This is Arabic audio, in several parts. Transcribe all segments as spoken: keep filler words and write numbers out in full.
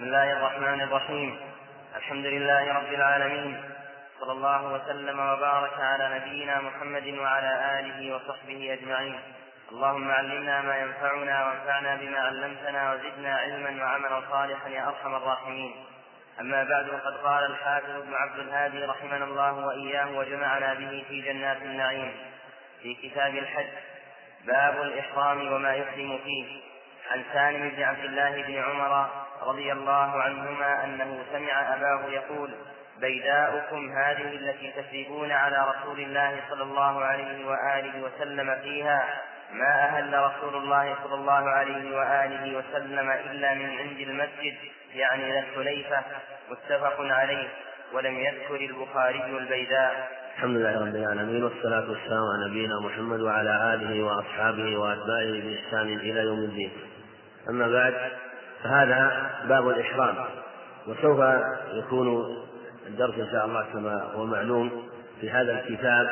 بسم الله الرحمن الرحيم. الحمد لله رب العالمين، صلى الله وسلم وبارك على نبينا محمد وعلى آله وصحبه أجمعين. اللهم علمنا ما ينفعنا وانفعنا بما علمتنا وزدنا علما وعملا صالحا يا أرحم الراحمين. أما بعد، فقد قال الحافظ ابن عبد الهادي رحمنا الله وإياه وجمعنا به في جنات النعيم في كتاب الحج: باب الإحرام وما يحرم فيه. عن سالم بن عبد الله بن عمر رضي الله عنهما أنه سمع أباه يقول: بيداؤكم هذه التي تسربون على رسول الله صلى الله عليه وآله وسلم فيها ما أهل رسول الله صلى الله عليه وآله وسلم إلا من عند المسجد، يعني ذا الحليفة. متفق عليه، ولم يذكر البخاري البيداء. الحمد لله رب العالمين، والصلاة والسلام على نبينا محمد وعلى آله وأصحابه وأتباعه بإحسان إلى يوم الدين. أما بعد، فهذا باب الإحرام، وسوف يكون الدرس إن شاء الله كما هو معلوم في هذا الكتاب.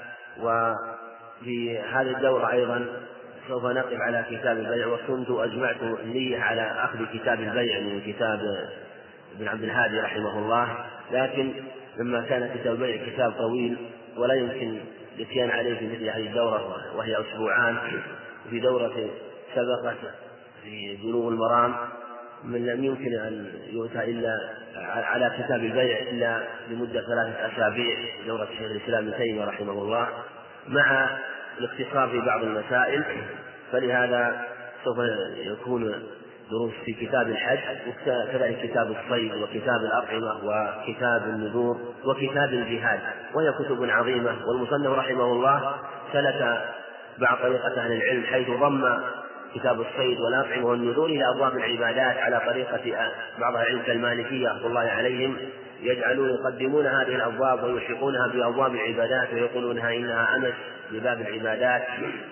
وفي هذه الدورة أيضا سوف نقف على كتاب البيع، وكنت أجمعت النية على أخذ كتاب البيع من كتاب ابن عبد الهادي رحمه الله، لكن لما كان كتاب البيع كتاب طويل ولا يمكن الاتيان عليه في مثل هذه الدورة وهي أسبوعان، في دورة سبقت في بلوغ المرام من لم يمكن أن يؤتى إلا على كتاب البيع إلا لمدة ثلاثة أسابيع، دورة شيخ الإسلام ابن تيمية رحمه الله، مع الاختصار في بعض المسائل. فلهذا سوف يكون دروس في كتاب الحج، وكذلك كتاب الصيد وكتاب الأطعمة وكتاب النذور وكتاب الجهاد، وهي كتب عظيمة. والمصنف رحمه الله سلك بعض طريقة أهل العلم، حيث ضم كتاب الصيد والأطعمة والنذور إلى أبواب العبادات على طريقة بعض العلم كالمالكية رحمة الله عليهم، يجعلون يقدمون هذه الأبواب ويلحقونها بأبواب العبادات ويقولونها إنها أمس لباب العبادات،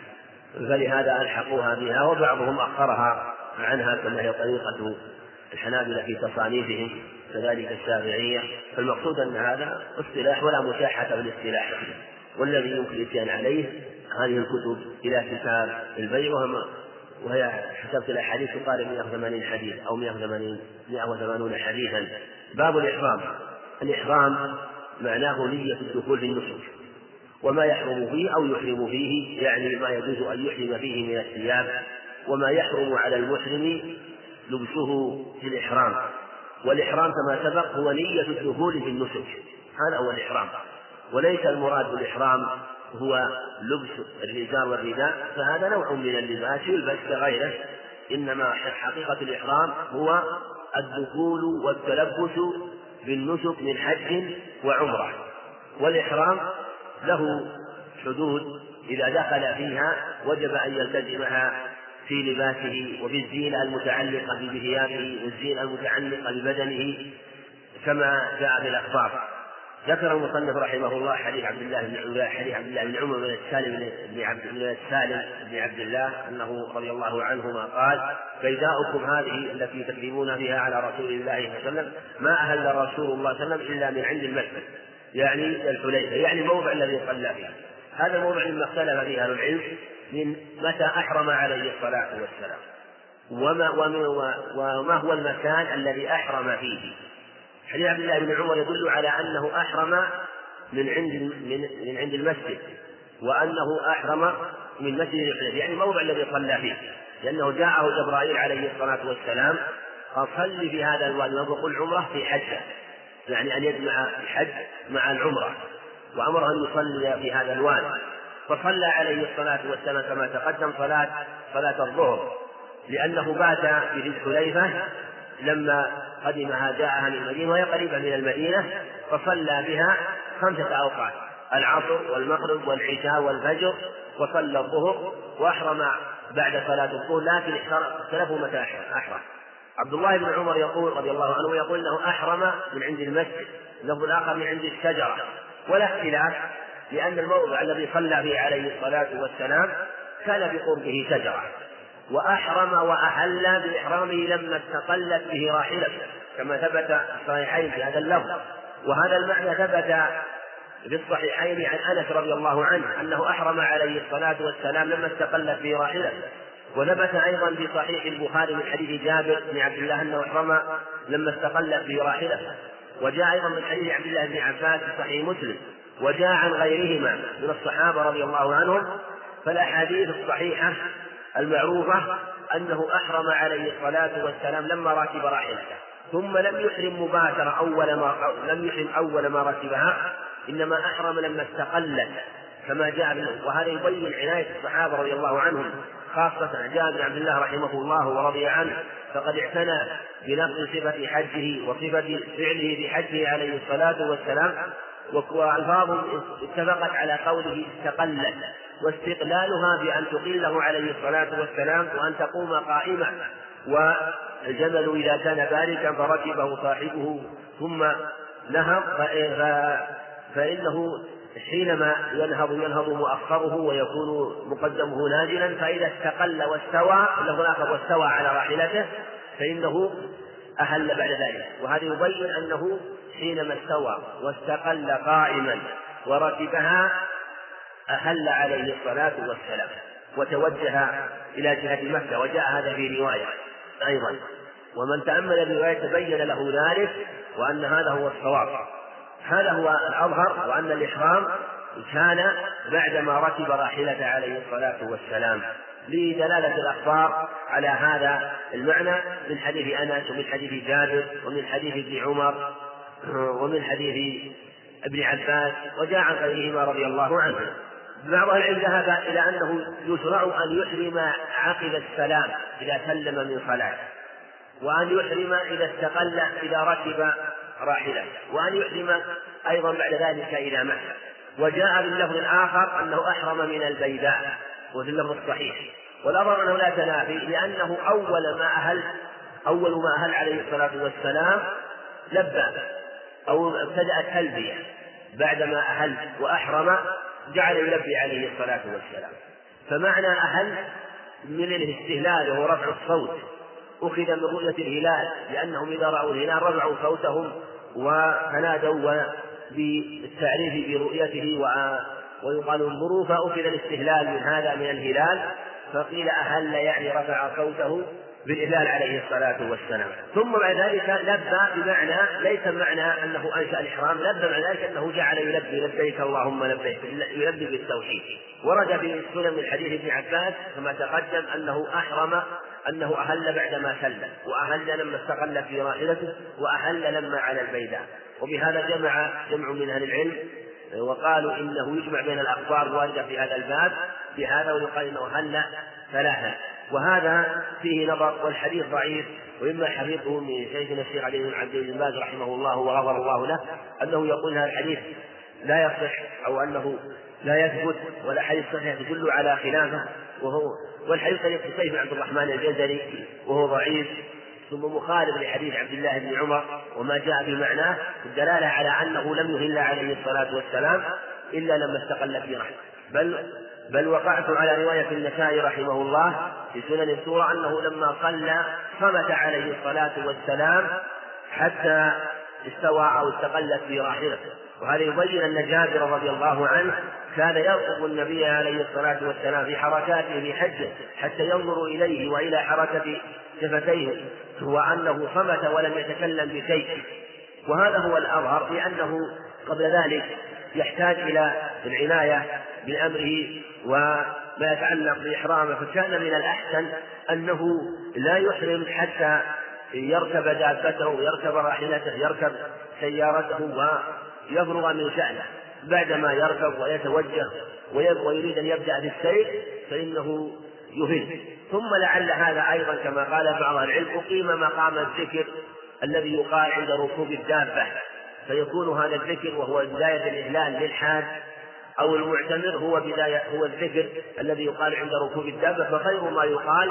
فلهذا ألحقوها بها، وبعضهم أخرها عنها كما هي طريقة الحنابلة في تصانيفهم، كذلك الشافعية. فالمقصود أن هذا اصطلاح ولا مشاحة في الاصطلاح، والذي يمكن الاتيان عليه هذه الكتب إلى كتاب البيع، وهي حسبت الأحاديث تقارب مئة وثمانين حديث أو مئة وثمانون حديثا. باب الإحرام. الإحرام معناه نية الدخول في النسك، وما يحرم فيه أو يحرم فيه، يعني ما يجوز أن يحرم فيه من الثياب، وما يحرم على المحرم لبسه في الإحرام. والإحرام كما سبق هو نية الدخول في النسك، هذا هو الإحرام، وليس المراد بالإحرام هو لبس الرزار والرداء، فهذا نوع من اللباس يلبس كغيره، إنما حقيقة الإحرام هو الدخول والتلبس بالنسك من حج وعمرة. والإحرام له حدود، إذا دخل فيها وجب أن يلتزمها في لباسه وفي الزينة المتعلقة بثيابه والزينة المتعلقة ببدنه كما جاء في الأخبار. ذكر المصنف رحمه الله حديث عبد الله بن عمر حديث عبد الله بن عمر بن السالم بن عبد السالم بن عبد الله أنه رضي الله عنهما قال: بيداؤكم هذه التي تكذبون بها على رسول الله صلى الله عليه وسلم ما أهل رسول الله صلى الله عليه وسلم إلا من عند المسجد، يعني الحليفة، يعني الموضع الذي صلى فيه. هذا الموضع مما اختلف فيه أهل العلم من متى أحرم عليه الصلاة والسلام، وما, وما, وما هو المكان الذي أحرم فيه. حديث عبد الله بن عمر يدل على أنه أحرم من عند من, من عند المسجد، وأنه أحرم من مسجد الحليفة، يعني الموضع الذي صلى فيه، لأنه جاءه جبرائيل عليه الصلاة والسلام قال: صل في هذا الوادي، ويقول عمرة في حجة، يعني أن يجمع الحج مع العمرة، وأمره أن يصلي في هذا الوادي. فصلى عليه الصلاة والسلام كما تقدم صلاة صلاة الظهر، لأنه بات في ذي الحليفة لما قدمها جاءها من المدينة وهي قريبة من المدينة، فصلى بها خمسة أوقات: العصر والمغرب والعشاء والفجر، وصلى الظهر وأحرم بعد صلاة الظهر، لكن اختلفوا متى أحرم. عبد الله بن عمر يقول رضي الله عنه يقول انه احرم من عند المسجد، اللفظ الاخر من عند الشجره، ولا اختلاف، لان الموضع الذي صلى فيه عليه الصلاه والسلام كان بقربه شجره، واحرم واحل باحرامه لما استقلت به راحلته، كما ثبت في الصحيحين في هذا اللفظ. وهذا المعنى ثبت في الصحيحين عن انس رضي الله عنه انه احرم عليه الصلاه والسلام لما استقلت به راحلته، وثبت أيضا في صحيح البخاري من حديث جابر بن عبد الله أنه أحرم لما استقل في راحلته، وجاء أيضا من حديث عبد الله بن عباس في صحيح مسلم، وجاء عن غيرهما من الصحابة رضي الله عنهم. فالأحاديث الصحيحة المعروفة أنه أحرم عليه الصلاة والسلام لما ركب راحلته، ثم لم يحرم مباشرة أول ما لم يحرم أول ما ركبها، إنما أحرم لما استقلت كما جاء منه. وهذا يبين عناية الصحابة رضي الله عنهم، خاصة جابر بن عبد الله رحمه الله ورضي عنه، فقد اعتنى بنقل صفة حجه وصفة فعله في حجه عليه الصلاة والسلام، وألفاظهم اتفقت على قوله استقلت، واستقلالها بأن تقله عليه الصلاة والسلام وأن تقوم قائمة، والجمل إذا كان باركا فركبه صاحبه ثم نهض فإنه حينما ينهض ينهض مؤخره ويكون مقدمه نازلا، فإذا استقل واستوى له آخر واستوى على راحلته فإنه أهل بعد ذلك. وهذا يبين أنه حينما استوى واستقل قائما وركبها أهل عليه الصلاة والسلام وتوجه إلى جهة مكة، وجاء هذا في رواية أيضا، ومن تأمل الرواية تبين له ذلك وأن هذا هو الصواب. هذا هو الأظهر، وأن الإحرام كان بعدما ركب راحلته عليه الصلاة والسلام، لدلالة الأخبار على هذا المعنى من حديث أنس ومن حديث جابر ومن حديث ابن عمر ومن حديث ابن عباس وجاء عن غيرهما رضي الله عنه. بعض العلم ذهب إلى أنه يشرع أن يحرم عقب السلام إذا سلم من صلاة، وأن يحرم إذا استقل إذا ركب راحلة، وأن يحرم أيضا بعد ذلك إذا مات. وجاء باللفظ الآخر أنه أحرم من البيداء، وفي اللفظ الصحيح. والأمر أنه لا تنافي، لأنه أول ما أهل أول ما أهل عليه الصلاة والسلام لبى أو ابتدأ التلبية، بعدما أهل وأحرم جعل يلبي عليه الصلاة والسلام. فمعنى أهل من الاستهلال وهو رفع الصوت، أخذ من رؤية الهلال، لأنهم إذا رأوا الهلال رفعوا صوتهم وتنادوا بالتعريف برؤيته ويقال انظروا، فأخذ الاستهلال من هذا من الهلال، فقيل أهل يعني رفع صوته بالإهلال عليه الصلاة والسلام. ثم بعد ذلك لبى بمعنى ليس معنى أنه أنشأ الإحرام، لبى معنى ذلك أنه جعل يلبي لبيك اللهم لبيك، يلبي بالتوحيد. ورد في السنن من حديث ابن عباس كما تقدم أنه أحرم أنه أهل بعدما سلم، وأهل لما استقل في راحلته، وأهل لما على البيداء. وبهذا جمع جمع من أهل العلم وقالوا إنه يجمع بين الأخبار الواردة في هذا الباب بهذا، ويقال إنه أهل ثلاثة، وهذا فيه نظر، والحديث ضعيف. وإما حديثه من شيخنا الشيخ علي بن عبد بن باز رحمه الله وغفر الله له أنه يقول هذا الحديث لا يصح أو أنه لا يثبت، ولا حديث صحيح تدل على خلافه، وهو والحديث حديث سيف بن عبد الرحمن الجزري وهو ضعيف، ثم مخالف لحديث عبد الله بن عمر وما جاء بمعناه، الدلالة على أنه لم يهل عليه الصلاة والسلام إلا لما استقل في رحمه. بل بل وقعت على رواية النسائي رحمه الله في سنن السورة أنه لما صلى صمت عليه الصلاة والسلام حتى استوى أو استقلت في راحلته. وهذا يبين أن جابر رضي الله عنه كان يرقب النبي عليه الصلاة والسلام في حركاته في حجه حتى ينظر إليه وإلى حركة شفتيه، وأنه صمت ولم يتكلم بشيء. وهذا هو الأظهر، لأنه قبل ذلك يحتاج إلى العناية بأمره وما يتعلق بإحرامه، فكان من الأحسن أنه لا يحرم حتى يركب دابته، يركب راحلته، يركب سيارته ويفرغ من شأنه. بعدما يركب ويتوجه ويريد أن يبدأ في السير فإنه يهل. ثم لعل هذا أيضا كما قال بعض العلم أقيم مقام الذكر الذي يقال عند ركوب الدابة، فيكون هذا الذكر وهو بداية الإهلال للحاج أو المعتمر هو بداية هو الذكر الذي يقال عند ركوب الدابة، فخير ما يقال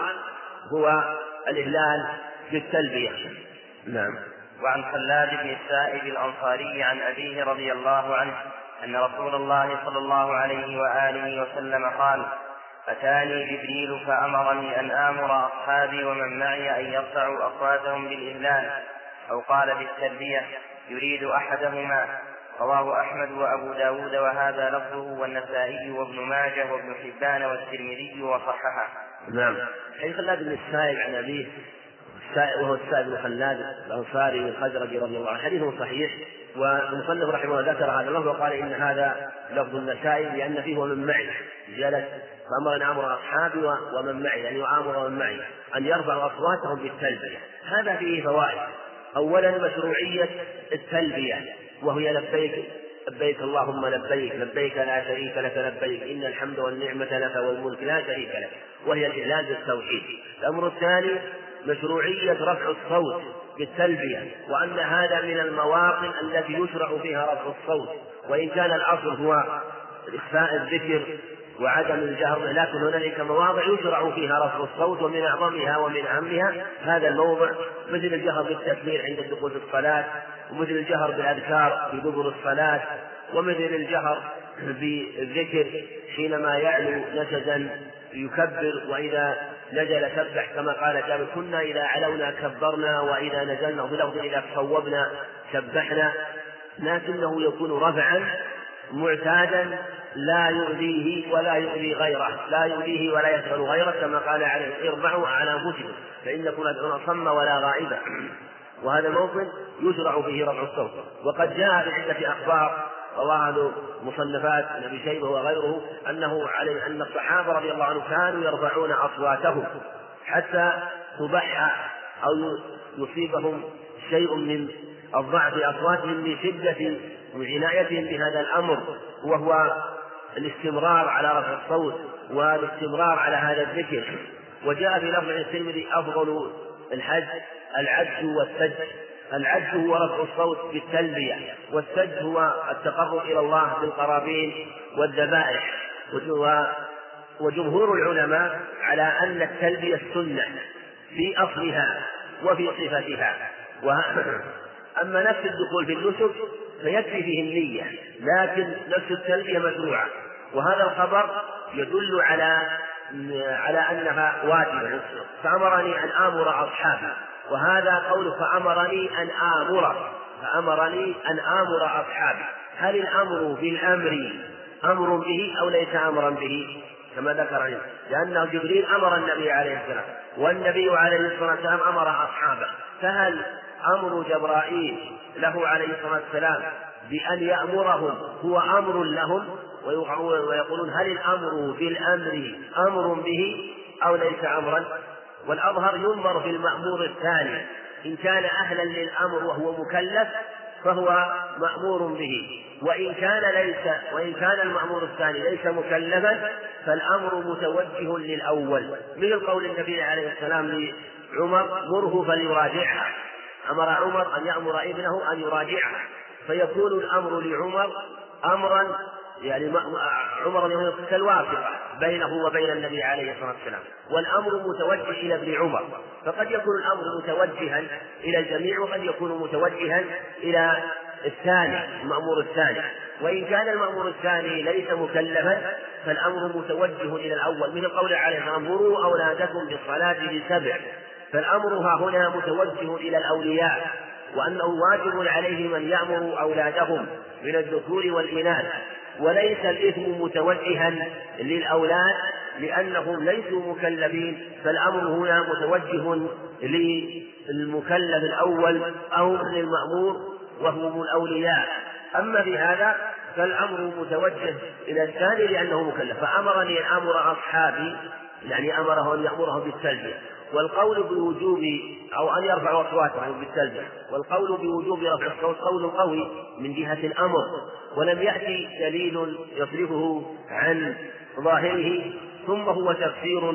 هو الإهلال بالتلبية. نعم. وعن خلاد بن السائب الأنصاري عن أبيه رضي الله عنه أن رسول الله صلى الله عليه وآله وسلم قال: أتاني جبريل فأمرني أن آمر أصحابي ومن معي أن يرفعوا أصواتهم بالإهلال، أو قال بالتلبية، يريد أحدهما. رواه أحمد وأبو داود وهذا لفظه، والنسائي وابن ماجه وابن حبان والترمذي وصححه. نعم. حديث خلاد بن السائب عن أبيه وهو السائب بن خلاد الأنصاري الخزرجي رضي الله عنه حديث صحيح، والمصنف رحمه الله ذكر هذا اللفظ وقال إن هذا لفظ النسائي لأن فيه ومن معي جلس فأمر أن أمر أصحابي ومن معي يعني وآمر ومن معي أن يرفعوا أصواتهم بالتلبية. هذا فيه فوائد. أولا مشروعية التلبية وهي لبيك لبيك اللهم لبيك لبيك لا شريك لك لبيك إن الحمد والنعمة لك والملك لا شريك لك، وهي الإعلان بالتوحيد. الأمر الثاني مشروعية رفع الصوت بالتلبية، وأن هذا من المواطن التي يشرع فيها رفع الصوت، وإن كان الأصل هو إخفاء الذكر وعدم الجهر، لكن هنالك مواضع يشرع فيها رفع الصوت، ومن أعظمها ومن أهمها هذا الموضع، مثل الجهر بالتكبير عند الدخول في الصلاة، ومثل الجهر بالأذكار في دبر الصلاة، ومثل الجهر بالذكر حينما يعلو نشزا يكبر، وإذا نزل سبح كما قال جابر كنا إذا علونا كبرنا وإذا نزلنا بلفظ إذا صوبنا سبحنا، لكنه يكون رفعا معتادا لا يؤذيه ولا يؤذي غيره، لا يؤذيه ولا يشغل غيره، كما قال عليه اربعوا على أنفسكم فإنكم لا تدعون صم ولا غائبا. وهذا موطن يشرع فيه رفع الصوت. وقد جاء بعدة أخبار رواه مصنفات ابن شيبة وغيره أنه عليه أن الصحابة رضي الله عنهم كانوا يرفعون أصواتهم حتى تضحى أو يصيبهم شيء من الضعف في أصواتهم من شدة عنايتهم بهذا الأمر، وهو الاستمرار على رفع الصوت والاستمرار على هذا الذكر. وجاء في لفظ الترمذي أفضل الحج العج والسج. العج هو رفع الصوت بالتلبية، والسج هو التقرب إلى الله بالقرابين والذبائح. وجمهور العلماء على أن التلبية السنة في أصلها وفي صفتها. أما نفس الدخول في النسك فيكفي فيه النية، لكن نفس التلبية مشروعة، وهذا الخبر يدل على على أنها واجبة. فأمرني أن آمر أصحابي، وهذا قول فأمرني أن آمر فأمرني أن آمر أصحابي. هل الأمر بالأمر أمر به أو ليس أمرا به؟ كما ذكر عنه، لأنه جبريل أمر النبي عليه السلام، والنبي عليه الصلاة والسلام أمر أصحابه، فهل أمر جبرائيل له عليه الصلاة والسلام بأن يأمرهم هو أمر لهم؟ ويقولون هل الأمر بالأمر أمر به أو ليس أمرا؟ والأظهر ينظر في المأمور الثاني، إن كان أهلا للأمر وهو مكلف فهو مأمور به، وإن كان ليس وإن كان المأمور الثاني ليس مكلفا فالأمر متوجه للأول، مثل قول النبي عليه السلام لعمر مره فليراجعها، أمر عمر أن يأمر ابنه أن يراجعها، فيكون الأمر لعمر أمرا يعني عمر كالواسطة بينه وبين النبي عليه الصلاة والسلام، والأمر متوجه إلى ابن عمر، فقد يكون الأمر متوجها إلى الجميع وقد يكون متوجها إلى الثاني المأمور الثاني. وإن كان المأمور الثاني ليس مكلفا فالأمر متوجه إلى الأول، مثل قوله عليه الصلاة والسلام مروا أولادكم بالصلاة لسبع، فالأمر ها هنا متوجه إلى الأولياء، وأنه واجب عليهم أن يأمروا أولادهم من الذكور والإناث، وليس الإثم متوجها للأولاد لأنهم ليسوا مكلفين، فالأمر هنا متوجه للمكلف الأول أو للمأمور وهم الأولياء. أما في هذا فالأمر متوجه إلى الثاني لأنه مكلف، فأمرني أن أمر أصحابي يعني أمره أن يأمرهم بالتلبية، والقول بوجوب أو أن يرفعوا أصواتهم بالتلبية، والقول بوجوب رفع الصوت قول قوي من جهة الأمر، ولم يأتي دليل يصرفه عن ظاهره، ثم هو تفسير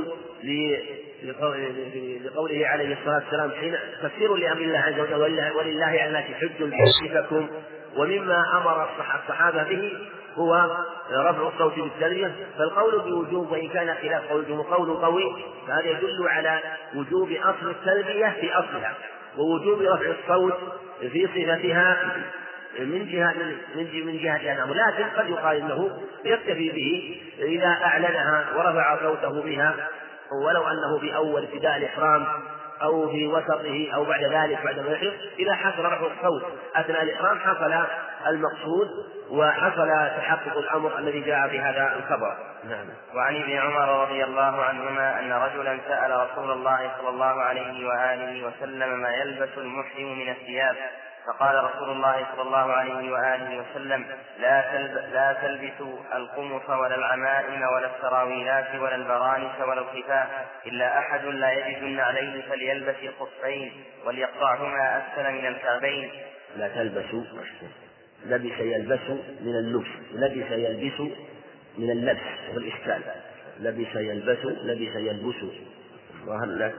لقوله عليه الصلاة والسلام حين تفسير لأمر الله عز وجل ولله على الناس حج يأتيكم، ومما أمر الصحابة به هو رفع الصوت بالتلبية، فالقول بوجوب وإن كان خلاف قول قول قوي فهذا يدل على وجوب أصل التلبية في أصلها ووجوب رفع الصوت في صفتها من جهة من من جهة الأمر، لكن قد يقال إنه يكتفي به إذا أعلنها ورفع صوته بها ولو أنه بأول ابتداء الإحرام أو في وسطه أو بعد ذلك بعد ما يحرم، إذا حصل رفع الصوت أثناء الإحرام حصل المقصود وحصل تحقق الأمر الذي جاء في هذا الخبر. نعم. وعن ابن عمر رضي الله عنهما أن رجلا سأل رسول الله صلى الله عليه وآله وسلم ما يلبس المحرم من الثياب، فقال رسول الله صلى الله عليه وآله وسلم: لا, تلب لا تلبسوا القمص ولا العمائم ولا السراويلات ولا البرانس ولا الخفاف، إلا أحد لا يجد النعلين فليلبس الخفين وليقطعهما أسفل من الكعبين. لا تلبسوا، لبس يلبس من اللبس، لبس يلبس من اللبس والإشكال، لبس يلبس لبس يلبس، وهل لا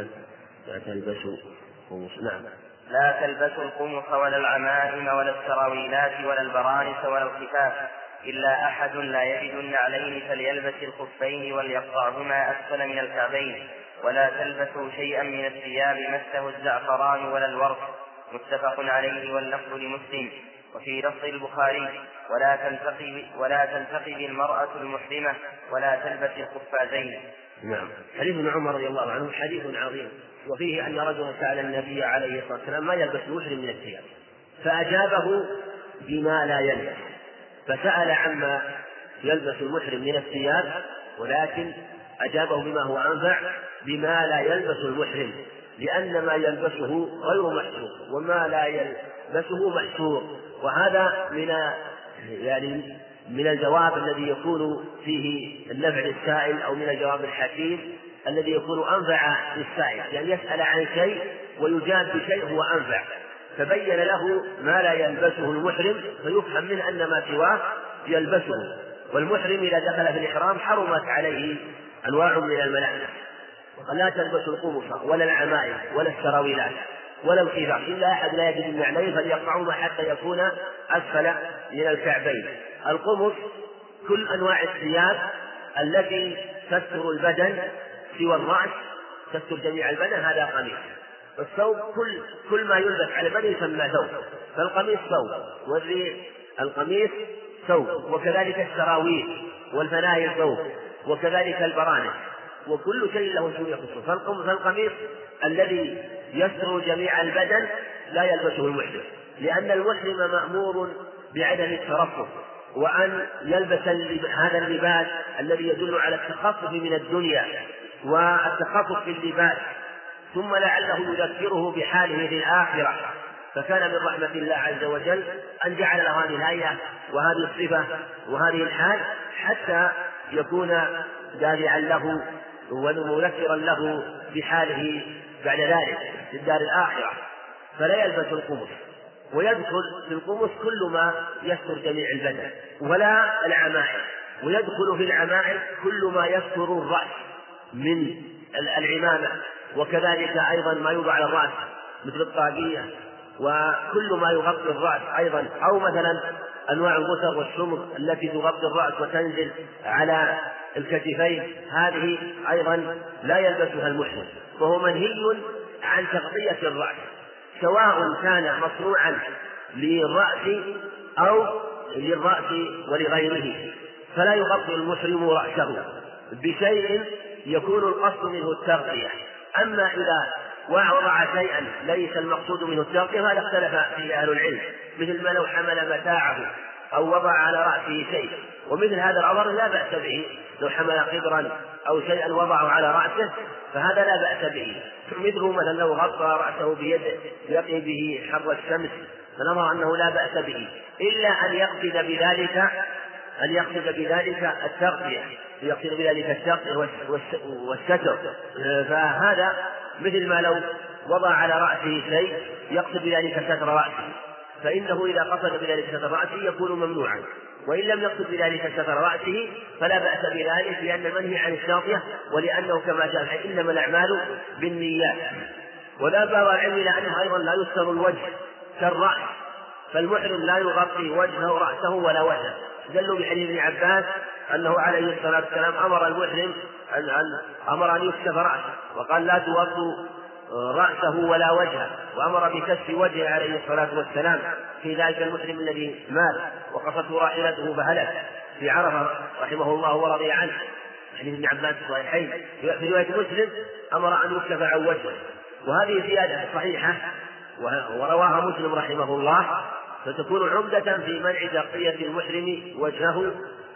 تلبسوا قمص. نعم. لا تلبسوا القمص ولا العمائم ولا السراويلات ولا البرانس ولا الخفاف، إلا أحد لا يجد النعلين فليلبس الخفين وليقطعهما أسفل من الكعبين، ولا تلبسوا شيئا من الثياب مسه الزعفران ولا الورق. متفق عليه واللفظ لمسلم. وفي لفظ البخاري: ولا تلتقي ولا تلتقي المرأة المحرمة ولا تلبس القفازين. نعم. حديث ابن عمر رضي الله عنه حديث عظيم، وفيه أن رجلا سأل النبي عليه الصلاة والسلام ما يلبس المحرم من الثياب، فأجابه بما لا يلبس، فسأل عما يلبس المحرم من الثياب، ولكن أجابه بما هو أنفع، بما لا يلبس المحرم، لأن ما يلبسه غير محسور وما لا يلبسه محسور. وهذا من يعني من الجواب الذي يكون فيه النفع للسائل، أو من الجواب الحكيم الذي يكون أنفع للسائل، يعني يسأل عن شيء ويجاب بشيء هو أنفع، فبين له ما لا يلبسه المحرم، فيفهم منه أن ما سواه يلبسه. والمحرم إذا دخل في الإحرام حرمت عليه أنواع من الملابس، وقال: لا تلبسوا القمص ولا العمائم ولا السراويلات ولا الخفاف، إلا أحد لا يجد النعلين فليقطعهما حتى يكون أسفل من الكعبين. القمص كل أنواع الثياب التي تستر البدن سوى الرأس، تستر جميع البدن، هذا قميص. الثوب كل كل ما يلبس على البدن يسمى ثوب، فالقميص ثوب، والقميص ثوب، وكذلك السراويل والفنايل ثوب، وكذلك البرانس، وكل شيء له اسم يخصه. فالقميص الذي يستر جميع البدن لا يلبسه المحرم، لأن المحرم مأمور بعدم الترفه، وأن يلبس هذا اللباس الذي يدل على التخفف من الدنيا والتخفف في اللباس، ثم لعله يذكره بحاله في الآخرة. فكان من رحمة الله عز وجل أن جعل له هذه الهيئة وهذه الصفة وهذه الحال حتى يكون دافعا له ومذكرا له بحاله بعد ذلك في الدار الآخرة. فلا يلبس القمص، ويدخل في القمص كل ما يستر جميع البدن، ولا العمائم، ويدخل في العمائم كل ما يستر الرأس من العمامة، وكذلك أيضا ما يوضع على الرأس مثل الطاقية، وكل ما يغطي الرأس أيضا، أو مثلا أنواع الغتر والشمر التي تغطي الرأس وتنزل على الكتفين، هذه أيضا لا يلبسها المحرم، فهو منهي عن تغطية الرأس، سواء كان مصنوعا للرأس أو للرأس ولغيره. فلا يغطي المحرم رأسه بشيء يكون القصد منه التغطية. أما إذا وضع شيئا ليس المقصود منه التغطية فهذا اختلف فيه أهل العلم، مثل ما لو حمل متاعه أو وضع على رأسه شيء، ومثل هذا الأمر لا بأس به، لو حمل قدرا أو شيئا وضعه على رأسه فهذا لا بأس به. مثله مثلا لو غطى رأسه بيده يقي به حر الشمس فنرى أنه لا بأس به، إلا أن يقصد بذلك أن يقصد بذلك التغطية، يقصد بذلك التغطية والستر، فهذا مثل ما لو وضع على رأسه شيء يقصد بذلك ستر رأسه، فإنه إذا قصد بذلك ستر رأسه يكون ممنوعا، وإن لم يقصد بذلك ستر رأسه فلا بأس بذلك، لأن المنهي عن التغطية، ولأنه كما جاء إنما الأعمال بالنيات. وذهب بعض العلم إلى أنه أيضا لا يستر الوجه كالرأس، فالمحرم لا يغطي وجهه رأسه ولا وجهه، دلوا بحديث ابن عباس أنه عليه الصلاة والسلام أمر المحرم أن أمر أن يكشف رأسه، وقال: لا تغطوا رأسه ولا وجهه، وأمر بكشف وجهه عليه الصلاة والسلام في ذلك المحرم الذي مات وقصته راحلته فهلك في عرفة رحمه الله ورضي عنه، حديث ابن عباس الصحيحين. في رواية مسلم أمر أن يكشف عن وجهه، وهذه زيادة صحيحة ورواها مسلم رحمه الله، فتكون عمدة في منع تغطية المحرم وجهه،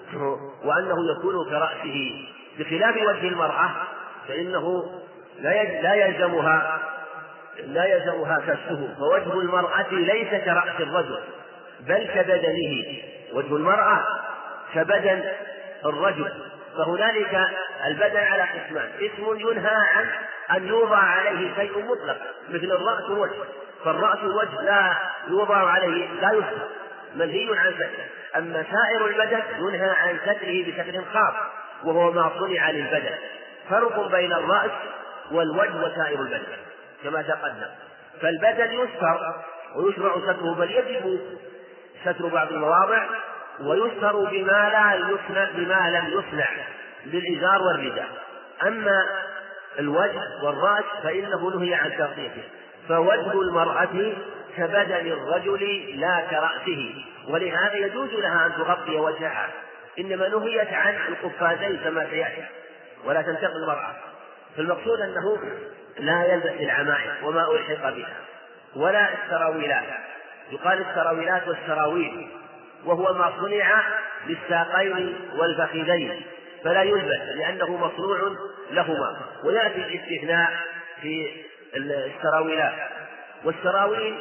وأنه يكون كرأسه، بخلاف وجه المرأة فإنه لا يلزمها لا يلزمها كشفه، فوجه المرأة ليس كرأس الرجل بل كبدنه، وجه المرأة كبدن الرجل، فهنالك البدن على قسمان: اسم ينهى عن أن يوضع عليه شيء مطلق مثل الرأس والوجه، فالرأس والوجه لا يوضع عليه، لا يستر، منهي عن ستره. أما سائر البدن ينهى عن ستره بستر خاص وهو ما صنع للبدن. فرق بين الرأس والوجه وسائر البدن كما تقدم. فالبدن يستر ويشرع ستره، بل يجب ستر بعض المواضع، ويستر بما لا يصنع بما لم يصنع بالإزار والرداء. أما الوجه والرأس فإنه نهي عن تغطيته، فوجه المرأة كبدن الرجل لا كرأسه، ولهذا يجوز لها أن تغطي وجهها، إنما نهيت عن القفازين كما سيأتي، ولا تنتقل المرأة. فالمقصود أنه لا يلبس العمائم وما ألحق بها، ولا السراويلات، يقال السراويلات والسراويل، وهو ما صنع للساقين والفخذين فلا يلبس لأنه مصنوع لهما. ويأتي الاستثناء في السراويلات، والسراويل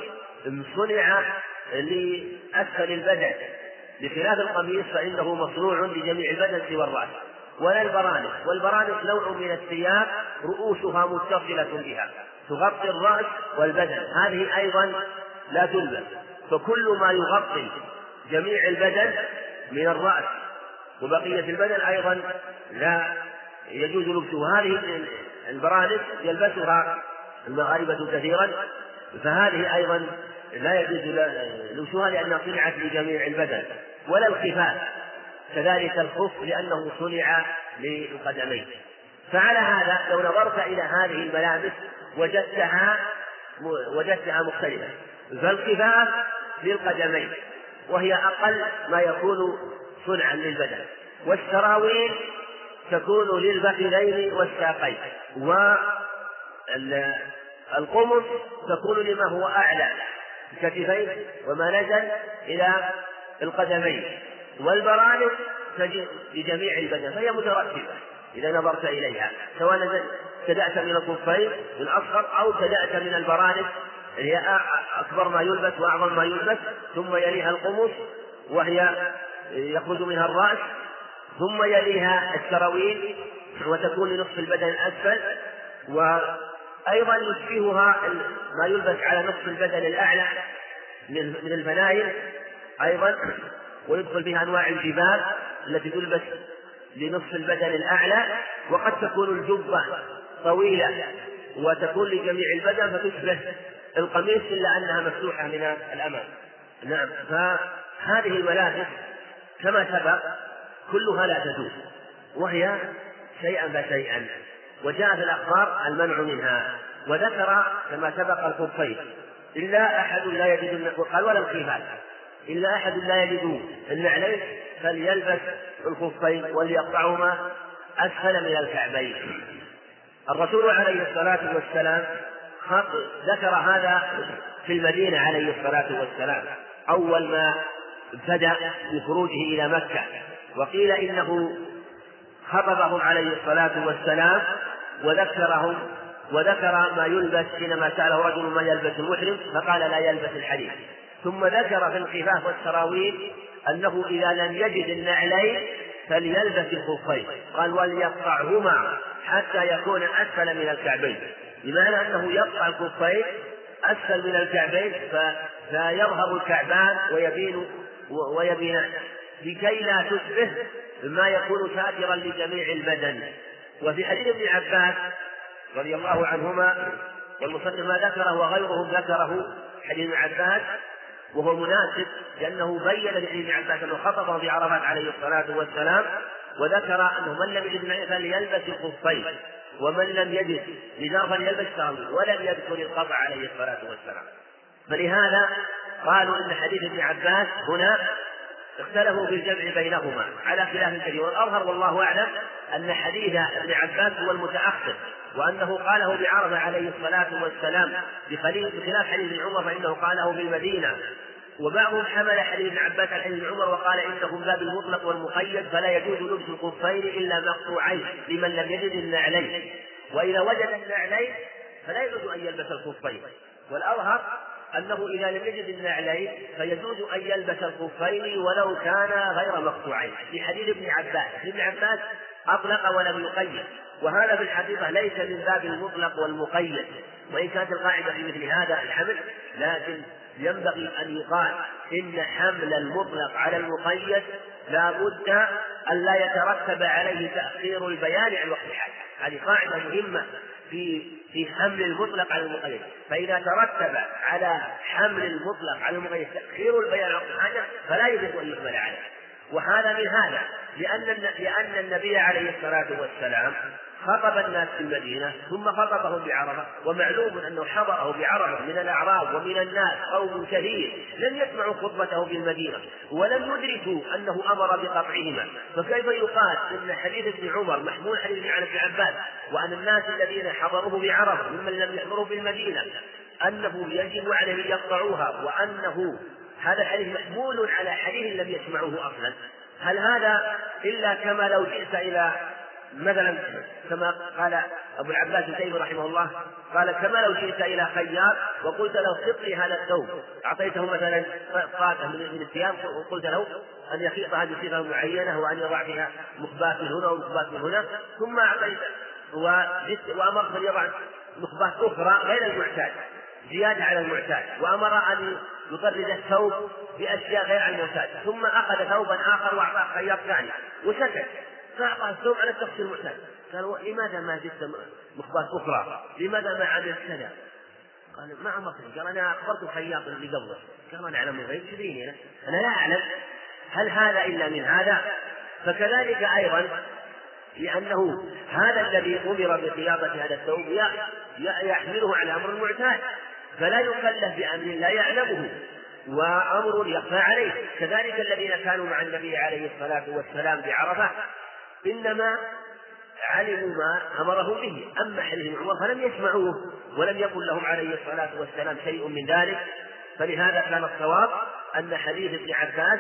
صنع لأسفل البدن، بخلاف القميص فإنه مصنوع لجميع البدن سوى الرأس. ولا البرانس، والبرانس نوع من الثياب رؤوسها متصلة بها تغطي الرأس والبدن، هذه أيضا لا تلبس. فكل ما يغطي جميع البدن من الرأس وبقية البدن أيضا لا يجوز لبسه. هذه البرانس يلبسها المغاربة كثيرا، فهذه أيضا لا يجوز لبسها لأنها صنعت لجميع البدن. ولا الخفاف كذلك الخف لأنه صنع للقدمين. فعلى هذا لو نظرت إلى هذه الملابس وجدتها وجدتها مختلفة، فالخفاف للقدمين وهي أقل ما يكون صنعا للبدن، والسراويل تكون للفخذين والساقين، والقمص تكون لما هو أعلى الكتفين وما نزل إلى القدمين، والبرانس لجميع البدن، فهي مترتبة إذا نظرت إليها، سواء ابتدأت من الخفين الأصغر أو ابتدأت من البرانس هي أكبر ما يلبس وأعظم ما يلبس، ثم يليها القمص وهي يخرج منها الرأس، ثم يليها السراويل وتكون لنصف البدن الأسفل، وأيضا يشبهها ما يلبس على نصف البدن الأعلى من الفنايل أيضا، ويدخل بها أنواع الجبال التي تلبس لنصف البدن الأعلى. وقد تكون الجبة طويلة وتكون لجميع البدن فتشبه القميص إلا أنها مفتوحة من الأمام. نعم، فهذه الملابس كما سبق كلها لا تجوز، وهي شيئا فشيئا، وجاء في الأخبار المنع منها. وذكر كما سبق الخفين إلا أحد لا يجد، وقال ولا الخفاف إلا أحد لا يجد النعلين فليلبس الخفين وليقطعهما أسفل من الكعبين. الرسول عليه الصلاة والسلام ذكر هذا في المدينة عليه الصلاة والسلام أول ما ابتدأ بخروجه إلى مكة، وقيل إنه خطبهم عليه الصلاة والسلام وذكرهم وذكر ما يلبس حينما سأله رجل ما يلبس المحرم فقال لا يلبس الحرير. ثم ذكر في الخفاف والسراويل أنه إذا لم يجد النعلين فليلبس الخفين، قال وليقطعهما حتى يكون أسفل من الكعبين، بمعنى أنه يقطع الخفين أسفل من الكعبين فيظهر الكعبان ويبين ويبينان لكي لا تشبه ما يكون ساترا لجميع البدن. وفي حديث ابن عباس رضي الله عنهما والمصنف ما ذكره وغيرهم ذكره حديث ابن عباس، وهو مناسب لأنه بين لابن عباس أنه خطبه في عرفات عليه الصلاة والسلام، وذكر أنه من لم يجد النعل فليلبس الخفين، ومن لم يجد إزار فليلبس سراويل، ولم يذكر القطع عليه الصلاة والسلام. فلهذا قالوا إن حديث ابن عباس هنا اختلفوا في الجمع بينهما على خلاف كثير، والأظهر والله أعلم أن حديث ابن عباس هو المتأخر وأنه قاله بعرضه عليه الصلاة والسلام بخلاف حديث ابن عمر فإنه قاله بالمدينة. وبعضهم حمل حديث ابن عباس على حديث ابن عمر وقال إنه من باب المطلق والمقيد فلا يجوز لبس الخفين إلا مقطوعين لمن لم يجد النعلين، وإذا وجد النعلين فلا يجوز أن يلبس الخفين. والأظهر أنه إذا لم يجد النعلين فيجوز أن يلبس الخفين ولو كان غير مقطوعين في حديث ابن عباس. ابن عباس أطلق ولم يقيد، وهذا في الحقيقة ليس من باب المطلق والمقيد، وإن كانت القاعدة في مثل هذا الحمل، لكن ينبغي أن يقال إن حمل المطلق على المقيد لا بد أن لا يترتب عليه تأخير البيان عن وقت الحاجة. هذه قاعدة مهمة في في حمل المطلق على المقيد، فإذا ترتب على حمل المطلق على المقيد تأخير البيان عن وقت الحاجة فلا يجب أن يقبل عليه. وهذا من هذا لأن لأن النبي عليه الصلاة والسلام خطب الناس في المدينة ثم خطبهم بعرفة، ومعلوم أنه حضره بعرفة من الأعراب ومن الناس قوم كثير لم يسمعوا خطبته في المدينة ولم يدركوا أنه أمر بقطعهما، فكيف يقال إن حديث ابن عمر محمول حديث عن ابن عباس وأن الناس الذين حضروه بعرفة ممن لم يحضروا في المدينة أنه يجب عليهم أن يقطعوها، وأنه هذا الحديث محمول على حديث لم يسمعوه أصلا؟ هل هذا إلا كما لو جئت إلى مثلا كما قال أبو العباس التيمي رحمه الله قال كما لو جئت إلى خياط وقلت له خط لي هذا الثوب، أعطيته مثلا قاطع من الثياب وقلت له أن يخيط هذه صيغة معينة وأن يضع فيها مخبات من هنا ومخبات من هنا، ثم أعطيته وأمرت أن يضع مخبات أخرى غير المعتاد زيادة على المعتاد، وأمر أن يطرد الثوب بأشياء غير المعتاد، ثم أخذ ثوبا آخر وأعطاه خياط ثاني وسكت، فأعطاه الثوب على الشخص المعتاد. قالوا لماذا ما جبت مخبات أخرى؟ لماذا ما عملت كذا؟ قال ما أمرتني. قال أنا أخبرت الخياط اللي قبله. قال أنا أعلم الغيب تدريني أنا أنا لا أعلم. هل هذا إلا من هذا؟ فكذلك أيضا لأنه هذا الذي أمر بقيادة هذا الثوب يحمله على أمر المعتاد، فلا يكلف بأمر لا يعلمه وأمر يخفى عليه. كذلك الذين كانوا مع النبي عليه الصلاة والسلام بعرفة إنما علموا ما أمره به، أما حديث عمر فلم يسمعوه ولم يكن لهم عليه الصلاة والسلام شيء من ذلك. فلهذا كان الصواب أن حديث ابن عباس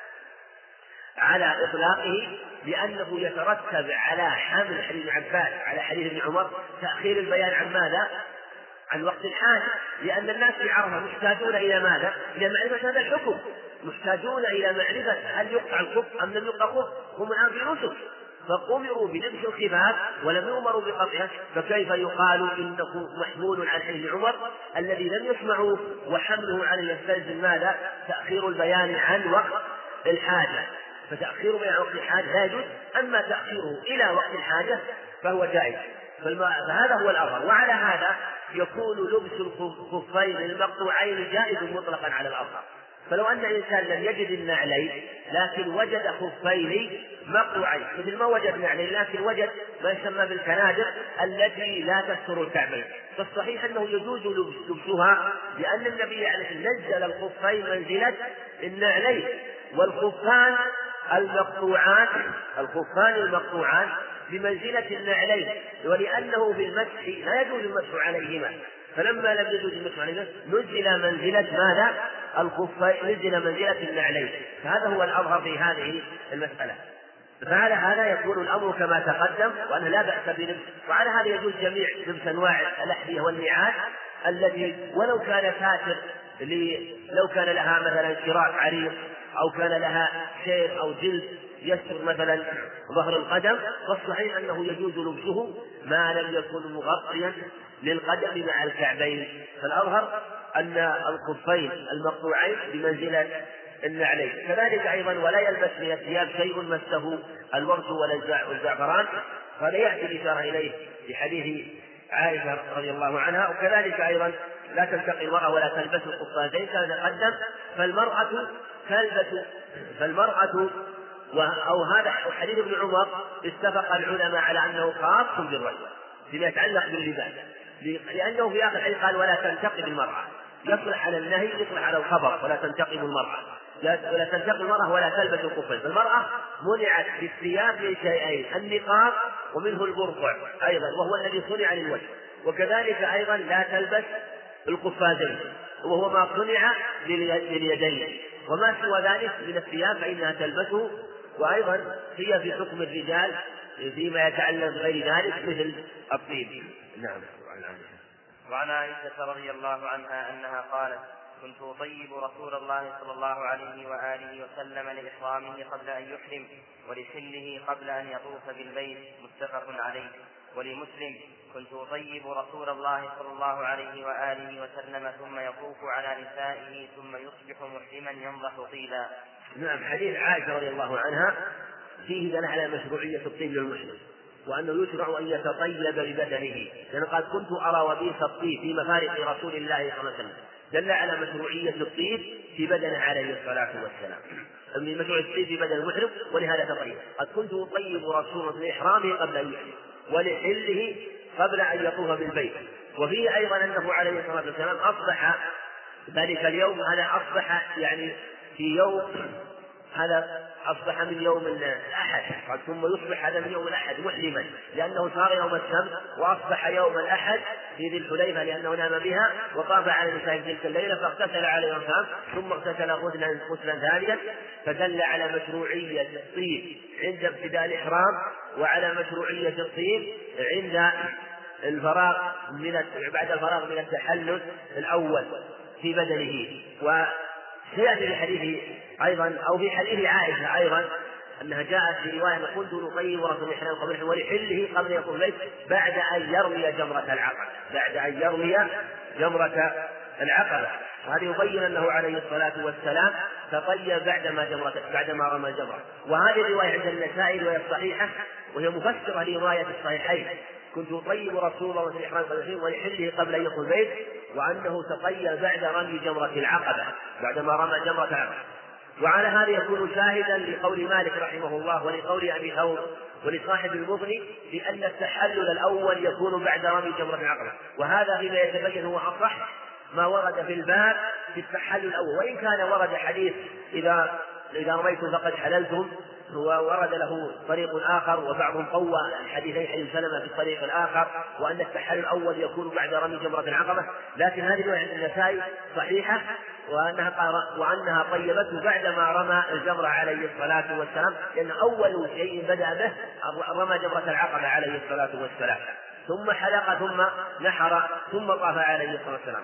على إطلاقه، لأنه يترتب على حمل حديث ابن عباس على حديث ابن عمر تأخير البيان عن ماذا؟ عن وقت الحاجة، لأن الناس في عرفة محتاجون إلى ماذا؟ إلى معرفة هذا الحكم، محتاجون إلى معرفة هل يقطع الخف أم لم يقطع الخف. هم الآن في نسك فأمروا بلبس الخفاف ولم يؤمروا بقطعها، فكيف يقال إنه محمول عن حديث عمر الذي لم يسمعوه وحمله عليه يستلزم ماذا؟ تأخير البيان عن وقت الحاجة. فتأخير بيان وقت الحاجة لا يجوز، أما تأخيره إلى وقت الحاجة فهو جائز. فهذا هو الأظهر. وعلى هذا يكون لبس الخفين المقطوعين جائز مطلقا على الأظهر. فلو أن إنسان لم يجد النعلين لكن وجد خفين مقطوعين، مثل ما وجد نعلين لكن وجد ما يسمى بالكنادر التي لا تستر الكعبين، فالصحيح أنه يجوز لبسها، لأن النبي عليه الصلاة والسلام نزل الخفين منزلة النعلين. والخفان المقطوعان الخفان المقطوعان بمنزلة النعلين، ولأنه في المسح لا يجوز المسح عليهما، فلما لم يجوز المسح عليهما نزل منزلة ماذا؟ الخفين، نزل منزلة النعلين. فهذا هو الأظهر في هذه المسألة. فعلى هذا يكون الأمر كما تقدم، وأنه لا بأس بلبس. وعلى هذا يجوز جميع لبس أنواع الأحذية والنعال التي ولو كان ساتر، لو كان لها مثلا شراك عريض أو كان لها شير أو جلد يستر مثلا ظهر القدم، فالصحيح أنه يجوز لبسه ما لم يكن مغطيا للقدم مع الكعبين. فالأظهر أن الخفين المقطوعين بمنزلة النعلين. كذلك أيضا ولا يلبس من الثياب شيء مسه الورد ولا الزعفران، وهذا يأتي الإشارة إليه في حديث عائشة رضي الله عنها. وكذلك أيضا لا تلتقي المرأة ولا تلبس القفازين كما تقدم. فالمرأة تلبس فالمرأة أو هذا حديث ابن عمر اتفق العلماء على أنه خاص بالرجل فيما يتعلق باللباس، لأنه في آخر الحديث قال ولا تنتقب المرأة، يصلح على النهي يصلح على الخبر ولا تنتقب المرأة. ولا تلتقي المرأة ولا تلبس الخفين. فالمرأة منعت في الثياب من شيئين: النقاب ومنه البرقع أيضا وهو الذي صنع للوجه، وكذلك أيضا لا تلبس القفازين وهو ما صنع لليدين، وما سوى ذلك من الثياب فإنها تلبسه. وأيضا هي في حكم الرجال فيما يتعلق بغير ذلك مثل الطيب. نعم. وعن عائشة رضي الله عنها أنها قالت: كنت أطيب رسول الله صلى الله عليه وآله وسلم لإحرامه قبل أن يحرم ولحله قبل أن يطوف بالبيت، متفق عليه. ولمسلم: كنت أطيب رسول الله صلى الله عليه وآله وسلم ثم يطوف على نسائه ثم يصبح محرما ينضح طيبا. نعم. حديث عائشة رضي الله عنها فيه دلالة على مشروعية الطيب للمحرم، وأنه يشرع أن يتطيب ببدنه، لأن قال: كنت أرى وبيس الطيب في مفارق رسول الله صلى الله عليه وسلم، دل على مشروعية الطيب في بدنه عليه الصلاة والسلام، من مشروعية الطيب في بدن المحرم، ولهذا تطيب. قد كنت أطيب رسول الله لإحرامه قبل أن يحرم ولحله قبل أن يطوف بالبيت. وفيه أيضا أنه عليه الصلاة والسلام أصبح ذلك اليوم، هذا أصبح يعني في يوم هذا أصبح من يوم الأحد، ثم يصبح هذا من يوم الأحد محرما، لأنه صار يوم السبت وأصبح يوم الأحد في ذي الحليفة لأنه نام بها وطاف على نساء تلك الليلة، فاغتسل عليه الصلاة ثم اغتسل غسلا غسلا ثانيا، فدل على مشروعية الطيب عند ابتداء الإحرام وعلى مشروعية الطيب عند الفراغ من بعد الفراغ من التحلل الأول في بدنه. وسيأتي في حديث أيضا أو في حديث عائشة أيضا أنها جاءت في رواية: كنت نطيب رسول الإحرام قبل ولحله قبل يطوف البيت بعد أن يرمي جمرة العقبة بعد أن يرمي جمرة العقبة. وهذا يبين أنه عليه الصلاة والسلام تطيب بعدما جمرة بعدما رمى الجمرة. وهذه الرواية عند النسائي رواية صحيحة وهي مفسرة لرواية الصحيحين: كنت أطيب رسول الله في الإحرام ولحله قبل أن يدخل البيت، وأنه تطيب بعد رمي جمرة العقبة بعدما رمى جمرة العقبة. وعلى هذا يكون شاهدا لقول مالك رحمه الله ولقول أبي ثور ولصاحب المغني بأن التحلل الأول يكون بعد رمي جمرة العقبة، وهذا فيما يتبين هو أصح ما ورد في الباب في التحلل الأول، وإن كان ورد حديث إذا إذا رميتم فقد حللتم، وورد له طريق آخر وبعضهم قوى الحديثين حديث سلمة في الطريق الآخر وأن التحلل الأول يكون بعد رمي جمرة العقبة، لكن هذه الرواية عند النسائي صحيحة وأنها وأنها طيبته بعدما رمى الجمرة عليه الصلاة والسلام، لأن أول شيء بدأ به رمى جمرة العقبة عليه الصلاة والسلام، ثم حلق ثم نحر ثم طاف عليه الصلاة والسلام.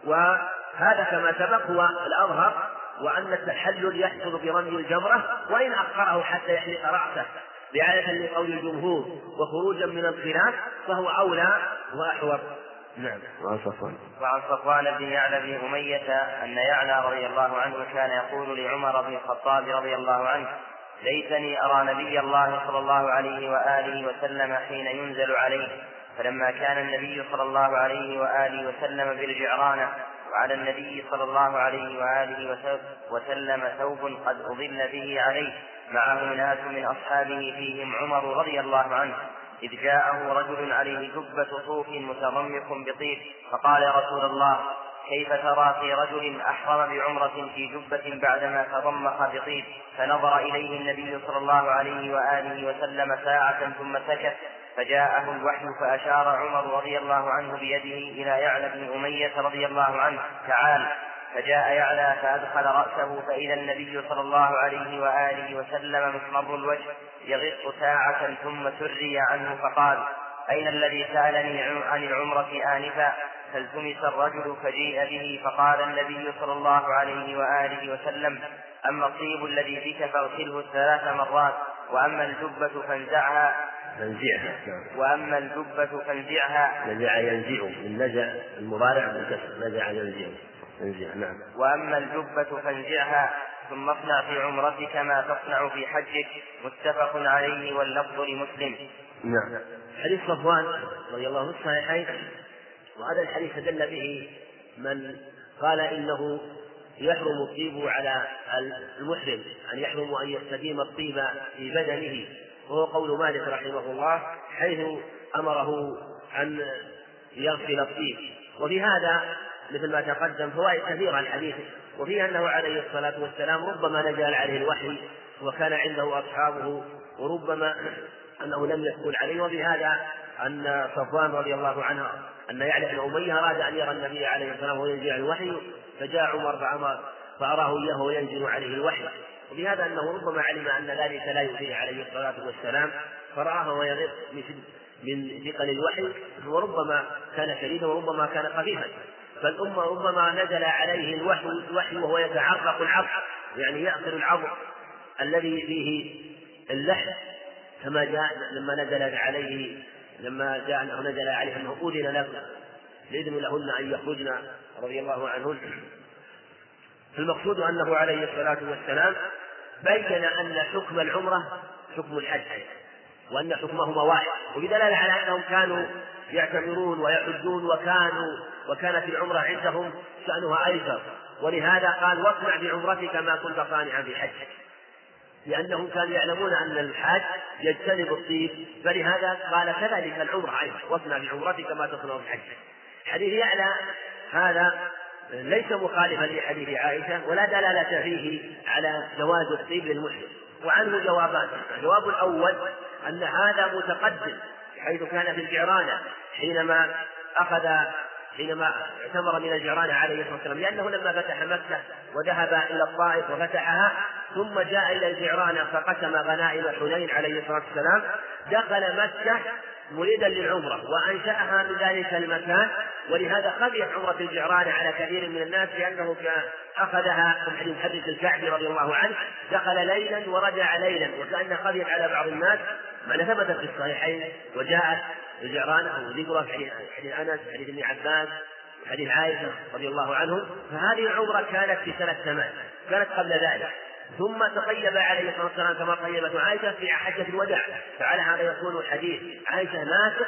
وهذا كما سبق هو الأظهر، وأن التحلل يحصل برمي الجمرة، وإن أخره حتى يحلق رأسه رعاية لقول الجمهور وخروجا من الخلاف فهو أولى وأحوط. نعم. وعن صفوان وعن صفوان بن يعلى بن أمية أن يعلى رضي الله عنه كان يقول لعمر بن الخطاب رضي الله عنه: ليتني أرى نبي الله صلى الله عليه وآله وسلم حين ينزل عليه. فلما كان النبي صلى الله عليه وآله وسلم بالجعرانة وعلى النبي صلى الله عليه وآله وسلم ثوب قد أضل به عليه معه ناس من أصحابه فيهم عمر رضي الله عنه، إذ جاءه رجل عليه جبة صوف متضمخ بطيب فقال: يا رسول الله، كيف ترى في رجل أحرم بعمرة في جبة بعدما تضمخ بطيب؟ فنظر إليه النبي صلى الله عليه وآله وسلم ساعة ثم سكت، فجاءه الوحي فأشار عمر رضي الله عنه بيده إلى يعلى بن أمية رضي الله عنه: تعال. فجاء يعلى فأدخل رأسه فإذا النبي صلى الله عليه وآله وسلم مسمر الوجه يغط ساعة ثم سري عنه فقال: أين الذي سألني عن العمرة آنفا؟ فالتمس الرجل فجيء به فقال النبي صلى الله عليه وآله وسلم: أما الطيب الذي بك فاغسله ثلاث مرات، وأما الجبة فانزعها فانزعها وأما الجبة فانزعها نزع ينزع النزع المضارع بالكسر نزع ينزع ينزع نعم وأما الجبة فانزعها ثم اصنع في عمرتك ما تصنع في حجك، متفق عليه واللفظ لمسلم. نعم. حديث صفوان رضي الله عنه الصحيحين، وهذا الحديث دل به من قال إنه يحرم الطيب على المحرم، أن يحرم أن يستديم الطيب في بدنه، وهو قول مالك رحمه الله حيث أمره أن يغسل الطيب. وفي هذا مثل ما تقدم فوائد كثيرة الحديث، وفيه أنه عليه الصلاة والسلام ربما نزل عليه الوحي وكان عنده أصحابه، وربما أنه لم يدخل عليه. وبهذا أن صفوان رضي الله عنه أن يعلى بن أمية أراد أن يرى النبي عليه الصلاة والسلام وينزل الوحي، فجاء عمر فأمر فأراه إياه وينزل عليه الوحي. وبهذا أنه ربما علم أن ذلك لا يؤذيه عليه الصلاة والسلام فرآه ويغيظ من ثقل الوحي، وربما كان شديدا وربما كان خفيفا. فالأمة ربما نزل عليه الوحي, الوحي وهو يتعرق العظم، يعني يأكل العظم الذي فيه اللحم، كما جاء لما نزل عليه لما جاء أنه نزل عليه أنه أذن لكم لإذن لهن أن يخرجن رضي الله عنهن. فالمقصود أنه عليه الصلاة والسلام بين أن حكم العمرة حكم الحج، وأن حكمهما واحد، وبدلالة على أنهم كانوا يعتمرون ويحجون وكانوا وكانت العمرة عندهم شأنها أيسر، ولهذا قال واصنع بعمرتك ما كنت صانعا بحجك، لأنهم كانوا يعلمون أن الحاج يجتنب الطيب، فلهذا قال كذلك العمرة أيضا واصنع بعمرتك ما تصنع بحجك. حديث يعلى هذا ليس مخالفا لحديث عائشة ولا دلالة فيه على جواز الطيب للمحرم، وعنه جوابان. الجواب الأول أن هذا متقدم حيث كان في الجعرانة حينما أخذ حينما اعتمر من الجعرانة عليه الصلاة والسلام، لأنه لما فتح مكة وذهب إلى الطائف وفتحها ثم جاء إلى الجعرانة فقسم غنائم حنين عليه الصلاة والسلام، دخل مكة مريدا للعمرة وأنشأها من ذلك المكان، ولهذا خفيت عمرة الجعرانة على كثير من الناس، لأنه كان أخذها من حديث حديث الكعبي رضي الله عنه، دخل ليلا ورجع ليلا، وكأنها خفيت على بعض الناس، ما ثبتت في الصحيحين وجاءت الجعرانة وذكرها في حديث أنس حديث ابن عباس حديث عائشة رضي الله عنهم. فهذه العمرة كانت في سنة ثمان، كانت قبل ذلك، ثم تطيب عليه الصلاة والسلام كما طيبت عائشة في حجة الوداع، فعلى هذا يكون حديث عائشة ناسخ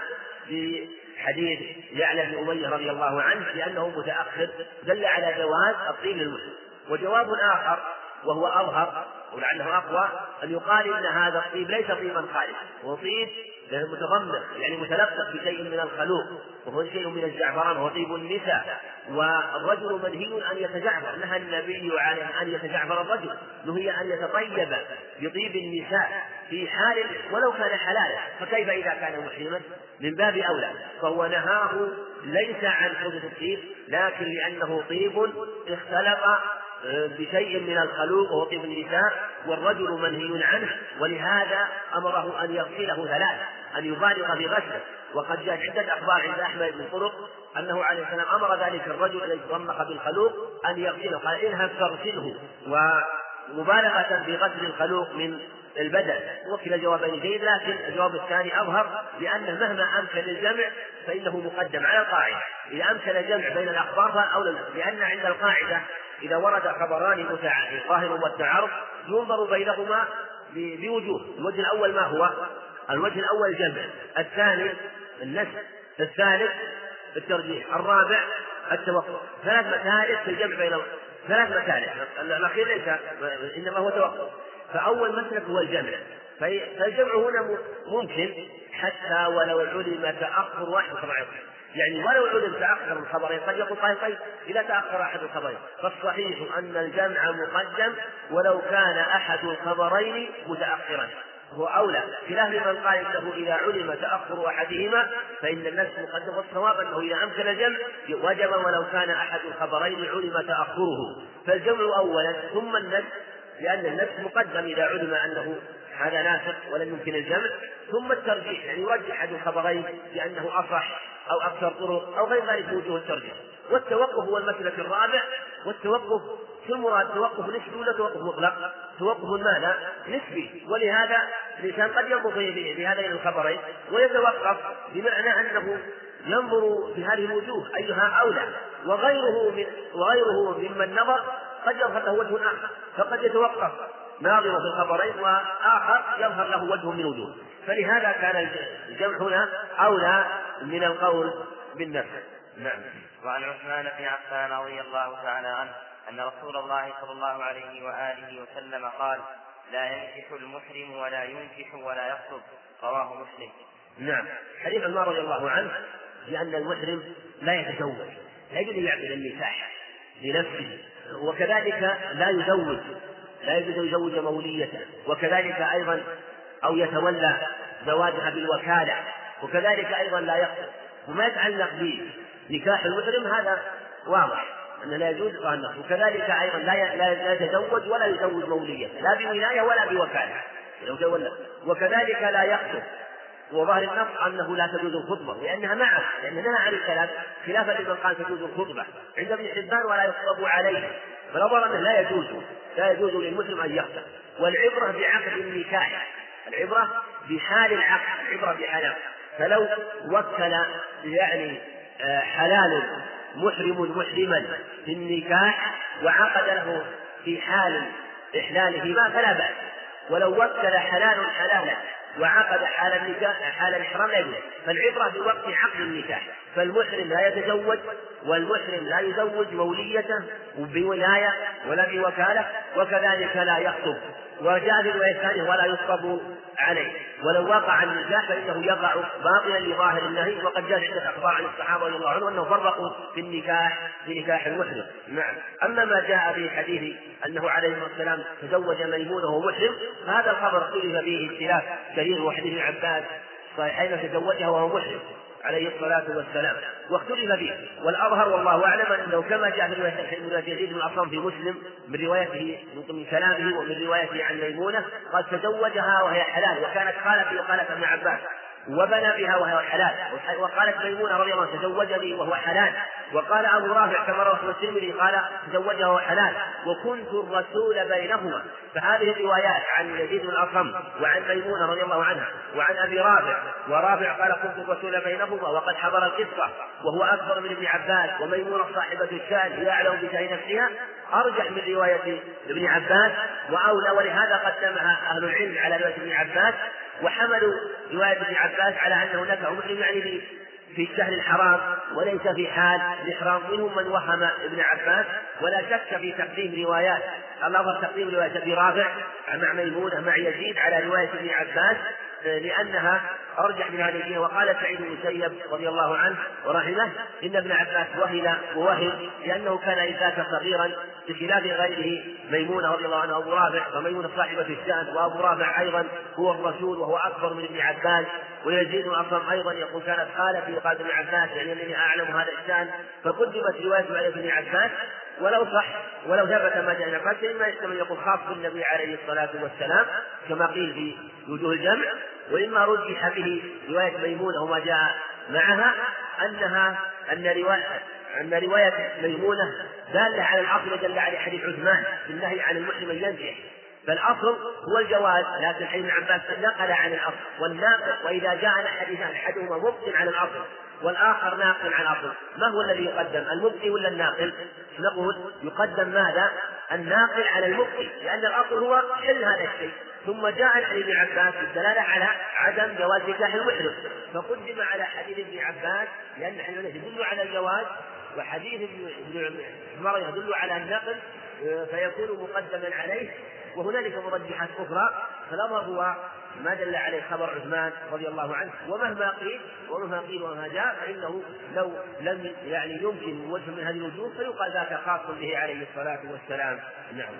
بحديث يعلى بن أمية رضي الله عنه، لأنه متأخر، دل على جواز الطيب للمسلم. وجواب آخر وهو أظهر ولعله أقوى أن يقال إن هذا الطيب ليس طيبا خالصا، هو طيب متضمن يعني متلفق بشيء من الخلوق، وهو شيء من الزعفران وهو طيب النساء، والرجل منهي أن يتزعفر، نهى النبي عليه أن يتزعفر الرجل، نهي أن يتطيب بطيب النساء في حال ولو كان حلالا، فكيف إذا كان محرما؟ من باب أولى. فهو نهاه ليس عن حدث الطيب، لكن لأنه طيب اختلط بشيء من الخلوق وهو طيب النساء، والرجل منهي عنه، ولهذا أمره أن يغسله ثلاث، أن يبالغ في غسله. وقد جاءت عدة أخبار عند أحمد بن طرق أنه عليه السلام أمر ذلك الرجل الذي تضمخ بالخلوق أن يغسله، قال إنها تغسله، ومبالغة في غسل الخلوق من البدن. وكلا الجوابين جيد، لكن الجواب الثاني أظهر، لأنه مهما أمكن الجمع فإنه مقدم على القاعدة، إذا أمكن الجمع بين الأخبار فأولى، لأن عند القاعدة إذا ورد خبران ظاهر والتعارض ينظر بينهما بوجوه. الوجه الأول ما هو؟ الوجه الأول الجمع، الثاني النسخ، الثالث الترجيح، الرابع التوقف. ثلاث مسالك في الجمع بين ثلاث مسالك، الأخير ليس إنما هو توقف. فأول مسلك هو الجمع، فالجمع هنا ممكن حتى ولو علم تأخر واحد خبرين، يعني ولو علم تأخر الخبرين قد يقول طيب طيب إذا تأخر أحد الخبرين، فالصحيح أن الجمع مقدم ولو كان أحد الخبرين متأخرا، هو أولى، خلاف من قال إنه إذا علم تأخر أحدهما فإن النسخ مقدم، والصواب أنه إذا أمكن الجمع وجب ولو كان أحد الخبرين علم تأخره، فالجمع أولا ثم النسخ، لأن النسخ مقدم إذا علم أنه هذا ناسخ ولم يمكن الجمع، ثم الترجيح يعني يرجح أحد الخبرين لأنه أصح أو أكثر طرق أو غير ذلك وجوه الترجيح. والتوقف هو المسلك الرابع، والتوقف في المراد توقف نسبي ولا توقف مطلق؟ توقف ماذا؟ نسبي، ولهذا الإنسان قد ينظر في هذين الخبرين ويتوقف، بمعنى أنه ينظر في هذه الوجوه أيها أولى، وغيره من وغيره ممن نظر قد يظهر له وجه آخر، فقد يتوقف ناظر في الخبرين وآخر يظهر له وجه من وجوه، فلهذا كان الجمع هنا أولى من القول بالنفس. نعم. وعن عثمان بن عفان رضي الله تعالى عنه أن رسول الله صلى الله عليه وآله وسلم قال: لا ينكح المحرم ولا ينكح ولا يخطب، رواه مسلم. نعم. حديث عثمان رضي الله عنه لأن المحرم لا يتزوج، لا يجوز يعقد النكاح لنفسه وكذلك لا يزوج لا يجوز يزوج موليته، وكذلك أيضا أو يتولى زواجها بالوكالة، وكذلك أيضا لا يخطب. وما يتعلق بنكاح المحرم هذا واضح أنه لا يجوز النص، وكذلك أيضا لا لا يتزوج ولا يزوج موليته لا بولاية ولا بوكالة، وكذلك لا يخطب. وظاهر النص أنه لا تجوز الخطبة لأنها معه، لأن نهى عن الكلام خلافا لمن قال تجوز الخطبة عند ابن حبان ولا يخطب عليه، فنظر أنه لا يجوز لا يجوز للمسلم أن يخطب. والعبرة بعقد النكاح، العبرة بحال العقد، العبرة بحال العقد. فلو وكل يعني حلال محرم محرما في النكاح وعقد له في حال إحلاله ما فلا بأس، ولو وكل حلال حلالا وعقد حال النكاح حال الإحرام لا يجوز. فالعبرة بوقت عقد النكاح، فالمحرم لا يتزوج والمحرم لا يزوج موليته بولاية ولا بوكالة، وكذلك لا يخطب. وجاء في الرواية الثانية ولا يخطب عليه. ولو وقع النكاح فإنه يقع باطلا لظاهر النهي، وقد جاء عدة أخبار عن الصحابة رضي الله عنهم أنه فرقوا في النكاح في نكاح المحرم. نعم. أما ما جاء في حديث أنه عليه الصلاة والسلام تزوج ميمونة وهو محرم، فهذا الخبر اختلف فيه اختلاف كثير، وحديث ابن عباس صحيحين تزوجها وهو محرم عليه الصلاة والسلام، واختلف فيه. والأظهر والله أعلم أنه كما جاء في رواية يزيد بن الأصم في مسلم من روايته من كلامه ومن روايته عن ميمونة قد تزوجها وهي حلال، وكانت خالتي وقالت ابن عباس وبنى بها وهي حلال، وقالت ميمونة رضي الله عنها تزوجني وهو حلال. وقال أبو رافع كما رواه الترمذي قال تزوجها وهو حلال وكنت الرسول بينهما. فهذه الروايات عن يزيد بن الأصم وعن ميمونة رضي الله عنها وعن أبي رافع، ورافع قال كنت الرسول بينهما وقد حضر القصة وهو أكبر من ابن عباس، وميمونة صاحبة الشان يعلم بشأن نفسها، أرجح من رواية ابن عباس وأولى، ولهذا قدمها أهل العلم على رواية ابن عباس، وحملوا رواية ابن عباس على أنه نكح محرم يعني في الشهر الحرام وليس في حال الإحرام. منهم من وهم ابن عباس، ولا شك في تقديم روايات الأظهر تقديم رواية ابي رافع مع ميمونة مع يزيد على رواية ابن عباس لأنها أرجح من هذه الجهة. وقال سعيد بن المسيب رضي الله عنه ورحمه إن ابن عباس وهل ووهم لأنه كان إذ ذاك صغيرا بخلاف غيره ميمونة رضي الله عنه وأبو رافع، فميمونة صاحبة الشأن وأبو رافع أيضا هو الرسول وهو أكبر من ابن عباس. ويزيد بن أصم أيضا يقول كانت خالتي وقال ابن عباس يعني أنني أعلم هذا الشأن، فقدمت رواية على ابن عباس. ولو صح ولو ثبت ما جاء عن عباس إما يحتمل يقول خاص بالنبي عليه الصلاة والسلام كما قيل في وجوه الجمع، وإما رجح به رواية ميمونة وما جاء معها أنها أن رواية أن رواية ميمونة دالة على الأصل ودل على حديث عثمان في النهي عن المحرم أن ينكح، فالأصل هو الجواز، لكن حين عباس نقل عن الأصل والناقل، وإذا جاءنا حديثان أحدهما مبطل عن الأصل والآخر ناقل عن الأصل ما هو الذي يقدم المبطل ولا الناقل؟ نقول يقدم ماذا؟ الناقل على المبطل، لأن الأصل هو حل هذا الشيء، ثم جاء عن ابن عباس الدلالة على عدم جواز نكاح المحرم فقدم على حديث ابن عباس لأن الحديث يدل على الجواز وحديث ابن عمر يدل على النقل فيكون مقدما عليه. وهنالك مرجحات أخرى، فالأمر هو ما دل عليه خبر عثمان رضي الله عنه، ومهما قيل ومهما قيل وما جاء فإنه لو لم يعني يمكن وجه من هذه الوجوه فيقال ذاك خاص به عليه الصلاة والسلام. نعم.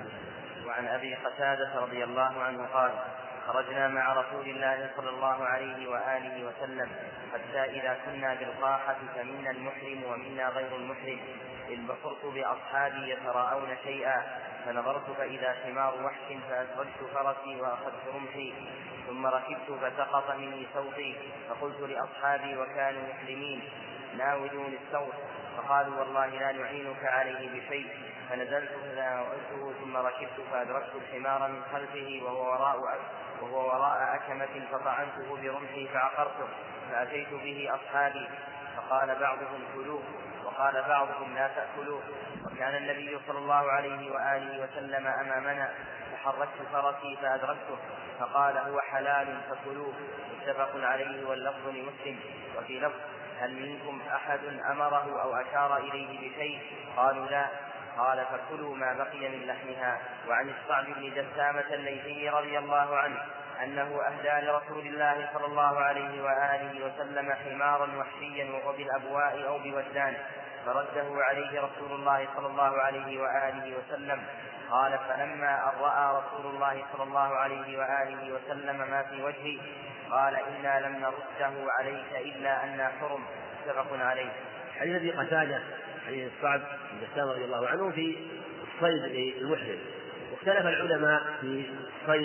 وعن أبي قتادة رضي الله عنه قال خرجنا مع رسول الله صلى الله عليه وآله وسلم حتى إذا كنا بالقاحة فمنا المحرم ومنا غير المحرم إذ بصرت بأصحابي يتراءون شيئا فنظرت فإذا حمار وحش فأسرجت فرسي وأخذت رمحي ثم ركبت فسقط مني صوتي فقلت لأصحابي وكانوا محرمين ناولوني الصوت فقالوا والله لا نعينك عليه بشيء فنزلت فناولته ثم ركبت فأدركت الحمار من خلفه وهو وراء وهو وراء أكمة فطعنته برمحي فعقرته فأتيت به أصحابي فقال بعضهم كلوه وقال بعضهم لا تأكلوه. وكان النبي صلى الله عليه وآله وسلم أمامنا فحركت فرسي فأدركته فقال هو حلال فكلوه متفق عليه واللفظ لمسلم. وفي لفظ هل منكم أحد أمره أو أشار إليه بشيء؟ قالوا لا. قال فكلوا ما بقي من لحمها. وعن الصعب بن جسامة الليثي رضي الله عنه أنه أهدى لرسول الله صلى الله عليه وآله وسلم حمارا وحشيا وهو بالأبواء أو بوجدان فرده عليه رسول الله صلى الله عليه وآله وسلم. قال: فلما أن رأى رسول الله صلى الله عليه وآله وسلم ما في وجهي قال: إنا لم نرده عليك إلا أن حرم. متفق عليه. حديث أبي قتادة حديث صعب بن جثام رضي الله عنه في الصيد للمحرم، واختلف العلماء في الصيد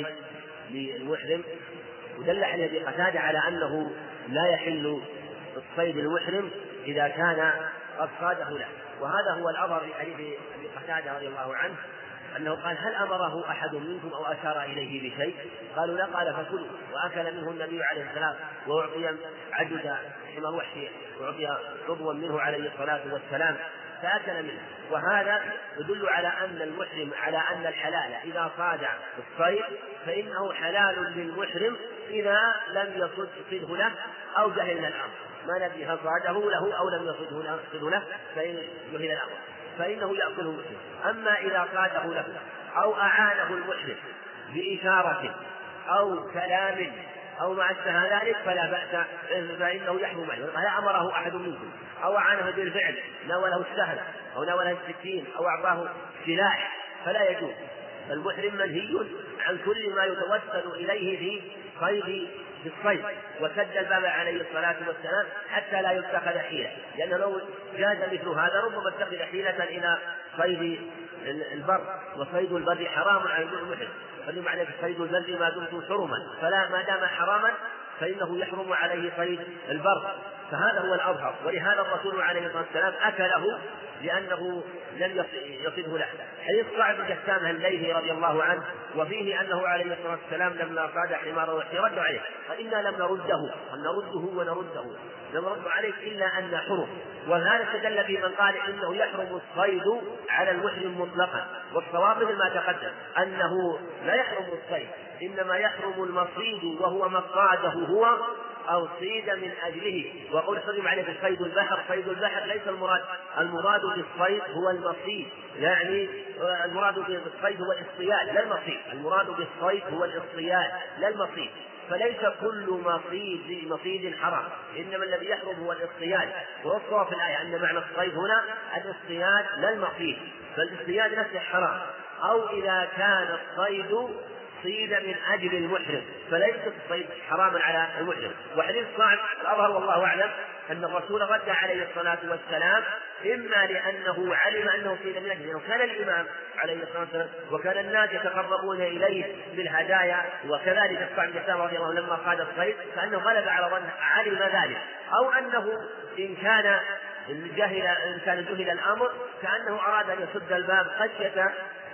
للمحرم، ودل حديث أبي قتادة على أنه لا يحل الصيد للمحرم إذا كان قد صاده له، وهذا هو الأمر في حديث أبي قتادة رضي الله عنه أنه قال: هل أمره أحد منكم أو أشار إليه بشيء؟ قالوا لا. قال: فكلوا. وأكل منه النبي عليه السلام، وأعطي عدد حمار وحشي، وأعطي عضوا منه عليه الصلاة والسلام فأكل منه. وهذا يدل على أن المحرم على أن الحلال إذا صاد الصيد فإنه حلال للمحرم إذا لم يصده له أو جهل الأمر، ما ندري هل صاده له أو لم يصده له فإن جهل الأمر فإنه يأكله المحرم. أما إذا صاده له أو أعانه المحرم بإشارة أو كلام أو ما أشبه ذلك فلا بأس، فإنه يحرم عليه. هل أمره أحد منكم أو أعانه بالفعل، ناوله السهل أو ناوله السكين أو أعطاه سلاح فلا يجوز. فالمحرم منهي عن كل ما يتوسل إليه في صيد في الصيد، وسد الباب عليه الصلاة والسلام حتى لا يتخذ حيلة، لأنه لو جاز مثل هذا ربما اتخذ حيلة إلى صيد البر، وصيد البر حرام على المحرم، فلمعنى في صيد البر ما دمتم حرما، فلا ما دام حراما فإنه يحرم عليه صيد البر. فهذا هو الأظهر، ولهذا الرسول عليه الصلاة والسلام أكله لأنه لم يصده له. حديث صعب بن جثام الليثي رضي الله عنه وفيه أنه عليه الصلاة والسلام لما صاد حمار وحشي رد عليه: فإنا لم نرده أن نرده ونرده لم نرد عليك إلا أن حرم. وهذا استدل به من قال إنه يحرم الصيد على المحرم مطلقا، والصواب مثل ما تقدم أنه لا يحرم الصيد، إنما يحرم المصيد وهو مصاده هو أو صيد من أجله. وقول حرم عليه صيد البحر، صيد البحر ليس المراد، المراد بالصيد هو المصيد، يعني المراد بالصيد هو الاصطياد لا المصيد، المراد بالصيد هو الاصطياد لا المصيد. فليس كل مصيد مصيد حرام، إنما الذي يحرم هو الاصطياد. والصواب في الآية أن معنى الصيد هنا الاصطياد لا المصيد، فالاصطياد نفسه حرام. أو إذا كان الصيد صيد من أجل المحرم فليس الصيد حراما على المحرم. وحديث صعب الأظهر والله أعلم أن الرسول رد عليه الصلاة والسلام إما لأنه علم أنه صيد من أجله، لأنه كان الإمام عليه الصلاة والسلام وكان الناس يتقربون إليه بالهدايا، وكذلك صعب بن جثام رضي الله عنه لما قاد الصيد فأنه غلب على ظن علم ذلك، أو أنه إن كان جهل إن كان جهل الأمر كأنه أراد أن يسد الباب خشية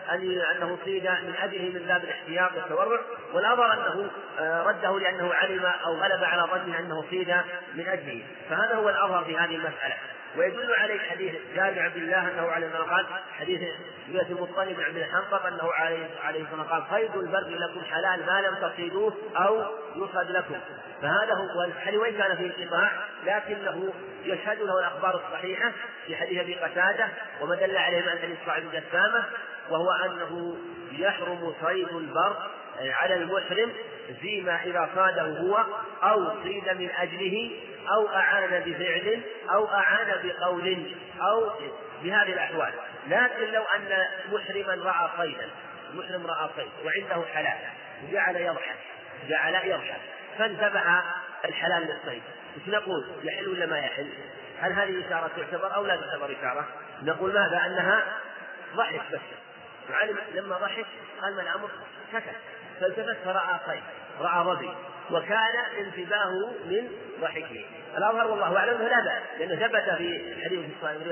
أنه صيد من أجله من باب الاحتياط والتورع، والأمر أنه رده لأنه علم أو غلب على ظنه أنه صيد من أجله. فهذا هو الأظهر في هذه المسألة. ويدل عليه حديث جابر بن عبد الله أنه عليه الصلاة والسلام قال حديث جابر المطلب بن عبد الحنطب أنه عليه الصلاة والسلام قال: صيد البر لكم حلال ما لم تصيدوه أو يصد لكم. فهذا هو الحديث، وإن كان فيه انقطاع لكنه يشهد له الأخبار الصحيحة في حديث أبي قتادة وما دل عليه من حديث صعب بن جثامة، وهو أنه يحرم صيد البر على المحرم فيما إذا صاده هو أو صيد من أجله أو أعان بفعل أو أعان بقول أو بهذه الأحوال. لكن لو أن محرما رأى صيدا، المحرم رأى صيد وعنده حلال وجعل يضحك جعل يضحك فانتبه الحلال للصيد، مش نقول يحل ولا ما يحل؟ هل هذه إشارة تعتبر أو لا تعتبر إشارة؟ نقول ماذا؟ أنها ضحك بس، وعلم لما ضحك قال: ما الأمر؟ سكت، فالتفت فرأى صيد، رأى ظبي، وكان انتباهه من ضحكه. الأظهر والله أعلم لا بأس، لأنه ثبت في حديث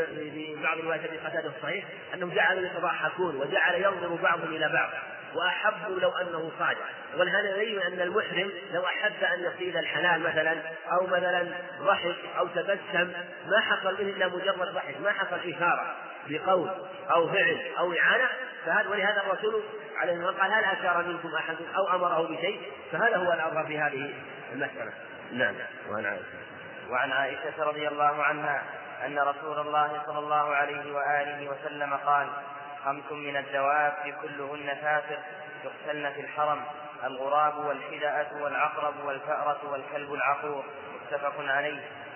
في بعض الروايات في قتادة الصحيح أنهم جعلوا يتضاحكون وجعل ينظر بعضهم إلى بعض وأحبوا لو أنه صادق. ولهذا يبين أن المحرم لو أحب أن يصيد الحلال مثلا أو مثلا ضحك أو تبسم ما حصل منه إلا مجرد ضحك، ما حصل إشارة بقول أو فعل أو إعانة. فهذا ولهذا الرسول عليه الصلاة والسلام قال: هل أشار منكم أحد أو أمره بشيء؟ فهذا هو الأظهر في هذه المسألة. نعم. وعن عائشة وعن عائشة رضي الله عنها أن رسول الله صلى الله عليه وآله وسلم قال: خمس من الدواب كلهن فاسق يقتلن في الحرم: الغراب والحدأة والعقرب والفأرة والكلب العقور. متفق عليه.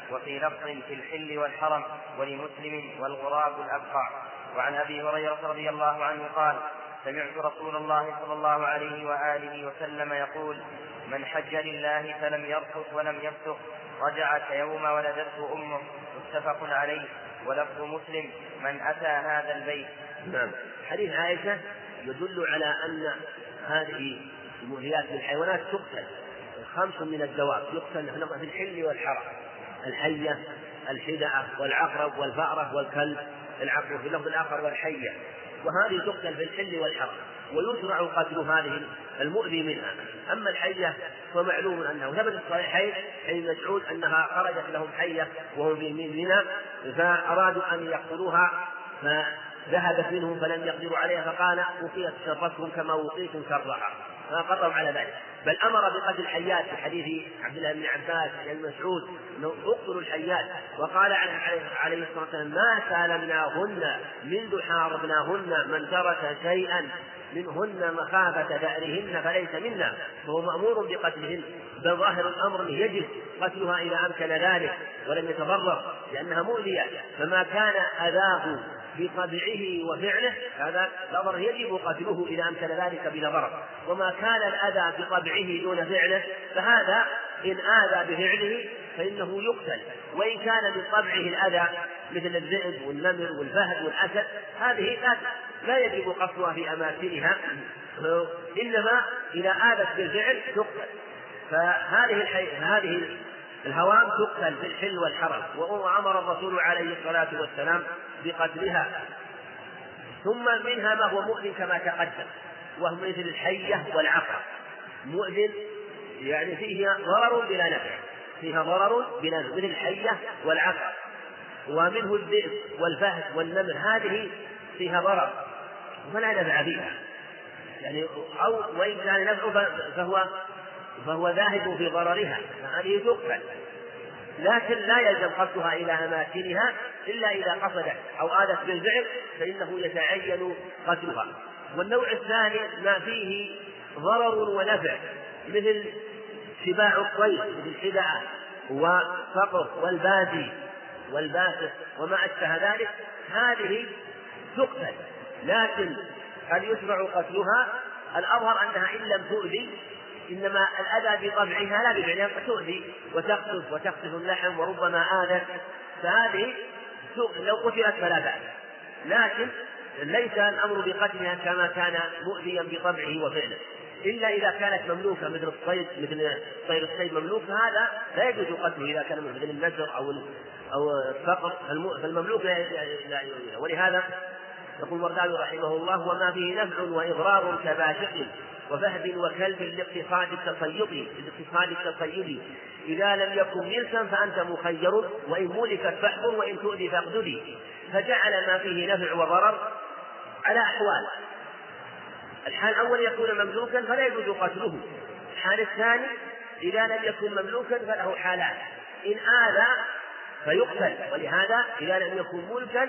وفي لفظ في الحل والحرم ولمسلم والغراب الأبقع. وعن أبي هريرة رضي الله عنه قال سمعت رسول الله صلى الله عليه وآله وسلم يقول من حج لله فلم يرفث ولم يفسق رجع كيوم ولدته أمه متفق عليه. ولفظ مسلم من أتى هذا البيت. نعم. حديث عائشة يدل على أن هذه المؤذيات للحيوانات تقتل. خمس من الدواب يقتل في الحل والحرم: الحية، الحدأة، والعقرب، والفأرة، والكلب العقرب في اللفظ الآخر والحية، وهذه تقتل في الحل والحرم، ويشرع قتل هذه المؤذي منها. أما الحية فمعلوم أنه ثبت الصحيحين حين مسعود أنها خرجت لهم حية وهم في منى فأرادوا أن يقتلوها فذهبت منهم فلم يقدروا عليها فقال وقيت شرتهم كما وقيتم شرها، فقطعوا على ذلك. بل أمر بقتل الحيات في حديث عبد الله بن عباس عن مسعود أنه اقتلوا الحيات، وقال عليه الصلاة والسلام ما سالمناهن منذ حاربناهن من ترك شيئا منهن مخافة دأرهن فليس منا، فهو مأمور بقتلهن. بل ظاهر الأمر يجب قتلها إذا أمكن ذلك ولم يتضرر لأنها مؤذية، فما كان أذاه بطبعه وفعله هذا الأمر يجب قتله إذا أمكن ذلك بلا ضرر. وما كان الأذى بطبعه دون فعله فهذا إن آذى بفعله فإنه يقتل، وإن كان بطبعه الأذى مثل الذئب والنمر والفهد والأسد هذه لا يجب قتلها في أماكنها، إنما إذا آذت بالفعل تقتل. فهذه الحي... هذه الهوام تقتل في الحل والحرم، وأمر الرسول عليه الصلاة والسلام بقتلها. ثم منها ما هو مؤذن كما تقدم، وهو مثل الحية والعقرب، مؤذن يعني فيها ضرر بلا نفع، فيها ضرر بلا نفع مثل الحية والعقرب. ومنه الذئب والفهد والنمر هذه فيها ضرر ولا نفع فيها، يعني أو وإن كان نفع فهو فهو ذاهب في ضررها، فهذه تقتل، لكن لا يلزم قتلها إلى أماكنها إلا إذا قصدت أو آذت بالفعل فإنه يتعين قتلها. والنوع الثاني ما فيه ضرر ونفع مثل سباع الطير مثل الحدأة والصقر والبادي والباسق وما أشبه ذلك، هذه تقتل، لكن هل يشرع قتلها؟ الأظهر أنها إن لم تؤذي إنما الأذى بطبعها لا بفعلها فتؤذي وتقتل وتقتل اللحم وربما آذت، فهذه لو قتلت فلا بأس، لكن ليس الأمر بقتلها كما كان مؤذيا بطبعه وفعله، إلا إذا كانت مملوكة مثل الصيد مثل طير الصيد مملوك، فهذا لا يجوز قتله إذا كان مثل النسر أو أو الصقر، فالمملوك لا يؤذي. ولهذا يقول الورداني رحمه الله وما فيه نفع وإضرار كباشق وفهد وكلب لاقتصاد التصيد لاقتصاد التصيد إذا لم يكن ملكا فأنت مخير وإن ملكت فاحذر وإن تؤذي فاقتدي. فجعل ما فيه نفع وضرر على أحوال: الحال الأول يكون مملوكا فلا يجوز قتله، الحال الثاني إذا لم يكن مملوكا فله حالات: إن آذى فيقتل، ولهذا إذا لم يكن ملكا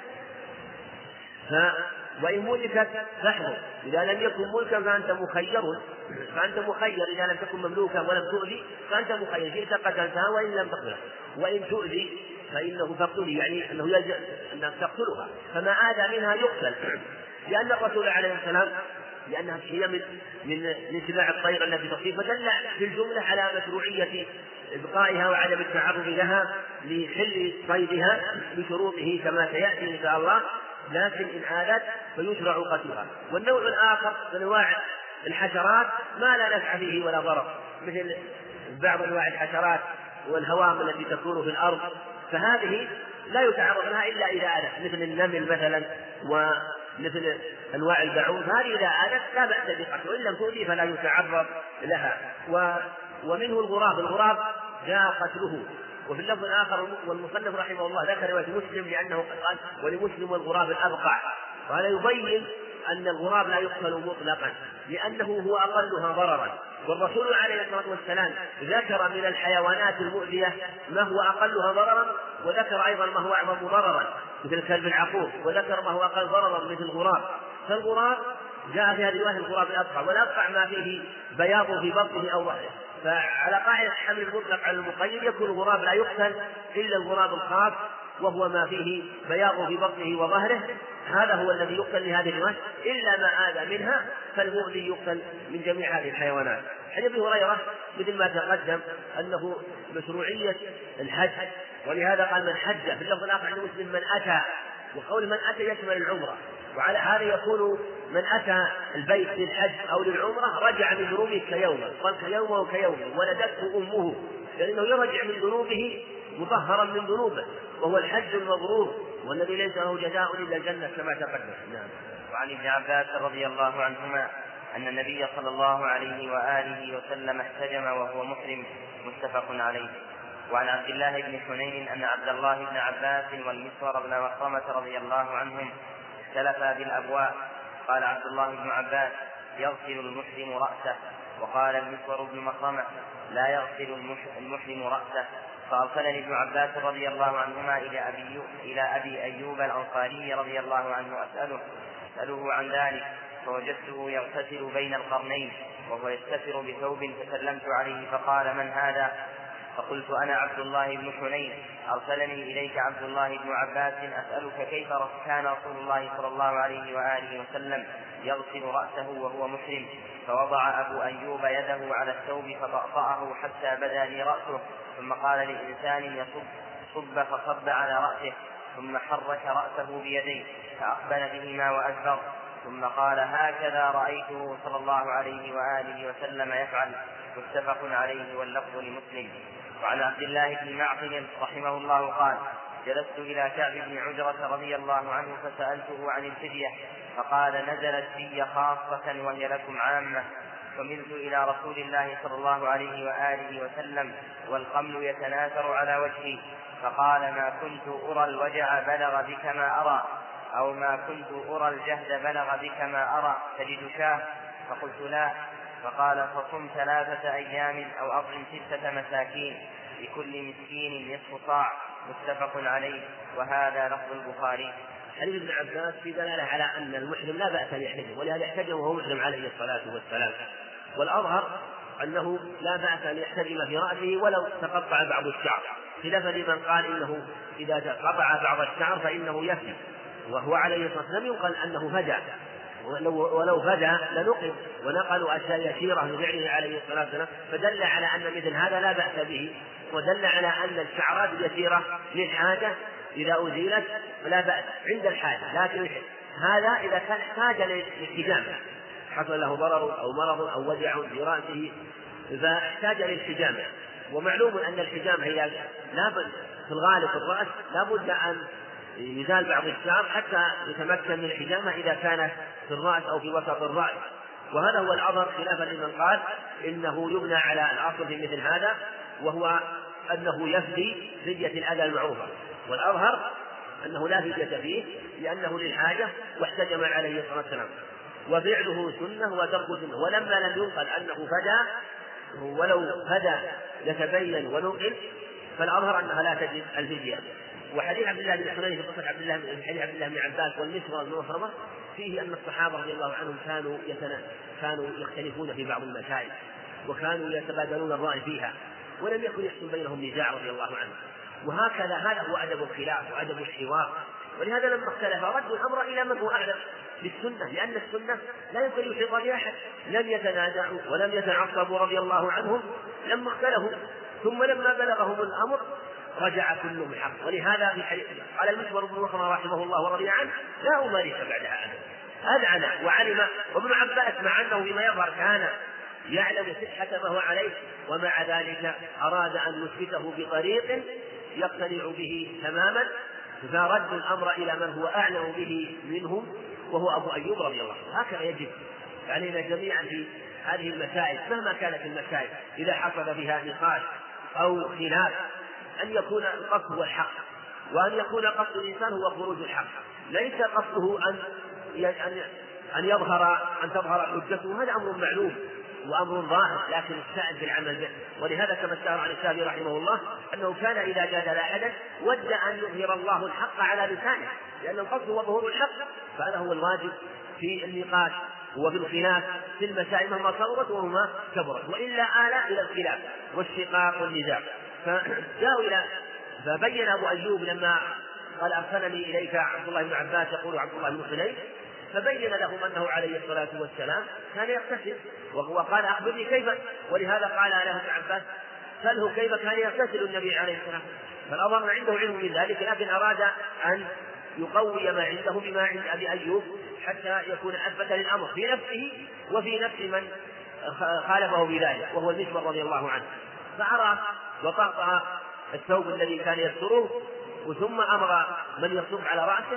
ف... وإن ملكت فاحذر، إذا لم يكن ملكا فأنت مخير فأنت مخير إذا لم تكن مملوكا ولم تؤذي فأنت مخير، شئت قتلتها وإن لم تقتلها، وإن تؤذي فإنه تقتلي، يعني أنه يجب أنك تقتلها، فما آذى منها يقتل، لأن الرسول عليه السلام لأنها هي من من من سباع الطير التي تصيب، فدل في الجملة على مشروعية إبقائها وعدم التعرض لها لحل صيدها بشروطه كما سيأتي إن شاء الله، لكن إن آذت فيشرع قتلها. والنوع الآخر من أنواع الحشرات ما لا نفع فيه ولا ضرر، مثل بعض أنواع الحشرات والهوام التي تكون في الأرض، فهذه لا يتعرض لها إلا إذا آذت، مثل النمل مثلا ومثل أنواع البعوض، هذه إذا آذت لا بأس بقتلها، وإن لم تؤذي فلا يتعرض لها. ومنه الغراب، الغراب جاء قتله. وفي اللفظ الآخر والمصنف رحمه الله ذكر رواية مسلم لأنه قال ولمسلم والغراب الأبقع، وهذا يبين أن الغراب لا يقتل مطلقا لأنه هو أقلها ضررا، والرسول عليه الصلاة والسلام ذكر من الحيوانات المؤذية ما هو أقلها ضررا، وذكر أيضا ما هو أعظم ضررا مثل الكلب العقور، وذكر ما هو أقل ضررا مثل الغراب. فالغراب جاء في هذه الرواية الغراب الأبقع، والأبقع ما فيه بياض في بطنه أو ظهره، فعلى قاعدة حمل المطلق على المقيد يكون الغراب لا يقتل إلا الغراب الخاص وهو ما فيه بياض في بطنه وظهره، هذا هو الذي يقتل لهذه الرواية، إلا ما آذى منها فالمؤذي يقتل من جميع هذه الحيوانات. حديث أبي هريرة مثل ما تقدم أنه مشروعية الحج، ولهذا قال من حج، في اللفظ الآخر عند مسلم من أتى، وقول من أتى يشمل العمرة، وعلى هذا يكون من أتى البيت للحج أو للعمرة رجع من ذنوبه كيومه، قال كيومه وكيومه ولدته أمه، لأنه يرجع من ذنوبه مطهرا من ذنوبه، وهو الحج المبرور والذي ليس له جزاء إلا الجنة كما تقدم. نعم. وعن ابن عباس رضي الله عنهما أن النبي صلى الله عليه وآله وسلم احتجم وهو محرم، متفق عليه. وعن عبد الله بن حنين أن عبد الله بن عباس والمسور بن مخرمة رضي الله عنهم اختلفا بالأبواء، قال عبد الله بن عباس يغسل المحرم رأسه، وقال المسور بن مخرمة لا يغسل المحرم رأسه. فأرسلني ابن عباس رضي الله عنهما إلى أبي, إلى أبي أيوب الأنصاري رضي الله عنه أسأله, أسأله عن ذلك، فوجدته يغتسل بين القرنين وهو يستتر بثوب، فسلمت عليه فقال من هذا؟ فقلت أنا عبد الله بن حنين، أرسلني إليك عبد الله بن عباس أسألك كيف كان رسول الله صلى الله عليه وآله وسلم يغسل رأسه وهو محرم؟ فوضع أبو أيوب يده على الثوب فطأطأه حتى بدا لي رأسه، ثم قال لإنسان يصب صب فصب على رأسه، ثم حرك رأسه بيديه فأقبل بهما وأدبر، ثم قال هكذا رأيته صلى الله عليه وآله وسلم يفعل، متفق عليه واللفظ لمسلم. وعن عبد الله بن معقل رحمه الله قال جلست إلى كعب بن عجرة رضي الله عنه فسألته عن الفدية، فقال نزلت في خاصة وهي لكم عامة. فملت إلى رسول الله صلى الله عليه وآله وسلم والقمل يتناثر على وجهي، فقال ما كنت أرى الوجع بلغ بك ما أرى، أو ما كنت أرى الجهد بلغ بك ما أرى، تجد شاه؟ فقلت لا. فقال فصم ثلاثة أيام أو أطعم ستة مساكين لكل مسكين نصف صاع، متفق عليه، وهذا لفظ البخاري. حديث ابن عباس في دلالة على أن المحرم لا بأس أن يحتجم، ولهذا يحتجم وهو محرم عليه الصلاة والسلام، والأظهر أنه لا بأس أن يحتجم في رأسه ولو تقطع بعض الشعر، خلافا لمن قال إنه إذا قطع بعض الشعر فإنه يفدي، وهو عليه الصلاة والسلام ينقل أنه فدى، ولو, ولو فدى لنقل ونقلوا أشياء يسيرة لفعله عليه الصلاة والسلام، فدل على أن مثل هذا لا بأس به، ودل على أن الشعرات اليسيرة للحاجة إذا أزيلت فلا بأس عند الحاجة، لكن هذا إذا كان احتاج للحجامة، حصل له ضرر أو مرض أو وجع في رأسه فاحتاج للحجامة. ومعلوم أن الحجامة هي لابد في الغالب في الرأس لابد أن يزال بعض الشعر حتى يتمكن من الحجامة إذا كانت في الرأس أو في وسط الرأس، وهذا هو الأظهر خلافا لمن قال إنه يبنى على الأصل في مثل هذا، وهو أنه يفدي فدية الأذى المعروفة، والأظهر أنه لا فدية فيه لأنه للحاجة واحتجم عليه الصلاة والسلام، وفعله سنة وترك سنة. ولما لم ينقل أنه فدى ولو فدى يتبين ونقل فالأظهر أنها لا تجب الفدية. وحديث عبد الله بن حنين في قصة عبد الله بن حديث عبد الله بن عباس والمسور بن مخرمة فيه أن الصحابة رضي الله عنهم كانوا يتنا... كانوا يختلفون في بعض المسائل وكانوا يتبادلون الرأي فيها، ولم يكن يحصل بينهم نزاع رضي الله عنه، وهكذا هذا هو أدب الخلاف وأدب الحوار. ولهذا لما اختلف ردوا الأمر إلى من هو أعلم بالسنة، لأن السنة لا يمكن يحيط بأحد، لم يتنازعوا ولم يتعصبوا رضي الله عنهم لما اختلفوا، ثم لما بلغهم الأمر رجع كل حق. ولهذا في حديث قال المسور بن مخرمة رحمه الله ورضي عنه لا أمارس بعدها أبدا، أذعن وعلم. وابن عباس مع أنه فيما يظهر كان يعلم صحة ما هو عليه، ومع ذلك أراد أن يثبته بطريق يقتنع به تماما، فرد الأمر إلى من هو أعلم به منهم وهو أبو أيوب رضي الله عنه. هكذا يجب علينا جميعا في هذه المسائل مهما كانت المسائل إذا حصل فيها نقاش أو خلاف أن يكون القصد هو الحق، وأن يكون قصد الإنسان هو خروج الحق، ليس قصده أن أن يظهر أن تظهر حجته، هذا أمر معلوم وأمر ظاهر، لكن السائل في العمل به. ولهذا كما اشتهر عن الشافعي رحمه الله أنه كان إذا جادل أحدا ود أن يظهر الله الحق على لسانه، لأن القصد هو ظهور الحق، فهذا هو الواجب في النقاش وفي الخلاف في المسائل مهما صغرت وهما كبرت، وإلا آل إلى الخلاف والشقاق والنزاع. فجاءوا إلى فبين أبو أيوب لما قال أرسلني إليك عبد الله بن عباس يقول عبد الله بن حنين، فبين لهم أنه عليه الصلاة والسلام كان يغتسل، وهو قال أخبرني كيف، ولهذا قال له ابن عباس سأله كيف كان يغتسل النبي عليه الصلاة والسلام، فالأظهر عنده علم من ذلك، لكن أراد أن يقوي ما عنده بما عند أبي أيوب حتى يكون أثبت للأمر في نفسه وفي نفس من خالفه بذلك وهو المسور رضي الله عنه. فأرى وطأطأ الثوب الذي كان يستره، ثم أمر من يصب على رأسه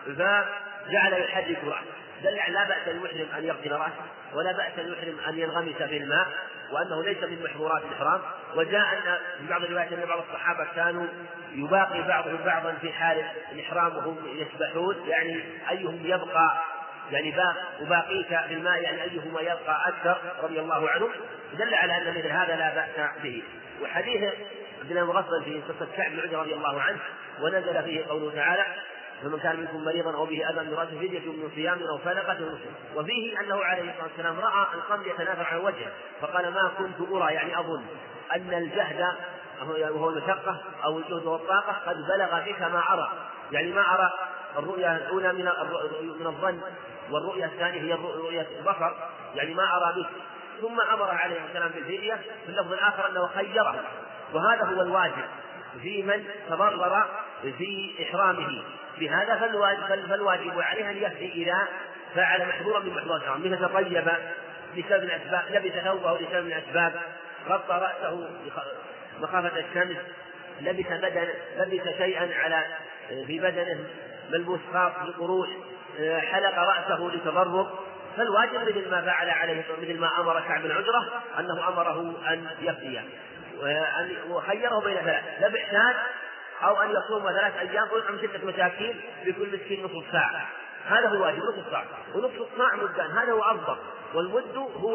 فجعل يحرك رأسه، دل لا بأس المحرم أن يغسل رأسه ولا بأس المحرم أن ينغمس في الماء، وأنه ليس من محظورات الإحرام. وجاء أن في بعض الروايات أن بعض الصحابة كانوا يباقي بعضهم بعضا في حال الإحرام وهم يسبحون، يعني أيهم يبقى يعني أباقيك في الماء، يعني أيهما يبقى أكثر رضي الله عنه، دل على أن مثل هذا لا بأس به. وحديث عبد الله المغفل في قصة كعب بن عجرة رضي الله عنه ونزل فيه قوله تعالى فمن كان منكم مريضا أو به أذى من رأسه فدية من صيام أو صدقة، وفيه أنه عليه الصلاة والسلام رأى القمل يتناثر على وجهه فقال ما كنت أرى يعني أظن أن الجهد وهو المشقة أو الجهد والطاقة قد بلغ بك ما أرى، يعني ما أرى الرؤيا الأولى من من الظن والرؤيا الثانية هي رؤية البصر، يعني ما أرى بك. ثم أمر عليه السلام بالفدية، في اللفظ الآخر أنه خيره، وهذا هو الواجب في من تضرر في إحرامه بهذا، فالواجب, فالواجب عليه أن يفدي إذا فعل محظورا من محظورات الإحرام، مثل تطيب بسبب الأسباب، لبس ثوبه لسبب الأسباب، غطى رأسه مخافة الشمس، لبس بدن لبس شيئا على في بدنه ملبوس خاص بقروش، حلق رأسه لتضرر، فالواجب مثل ما فعل عليه مثل ما أمر كعب بن عجرة أنه أمره أن يفدي وخيره بين ثلاث، ذبح شاة أو أن يصوم ثلاث أيام ويطعم ستة مساكين بكل مسكين نصف ساعة، هذا هو الواجب نصف ساعة، ونصف الصاع مدان هذا هو أفضل، والمد هو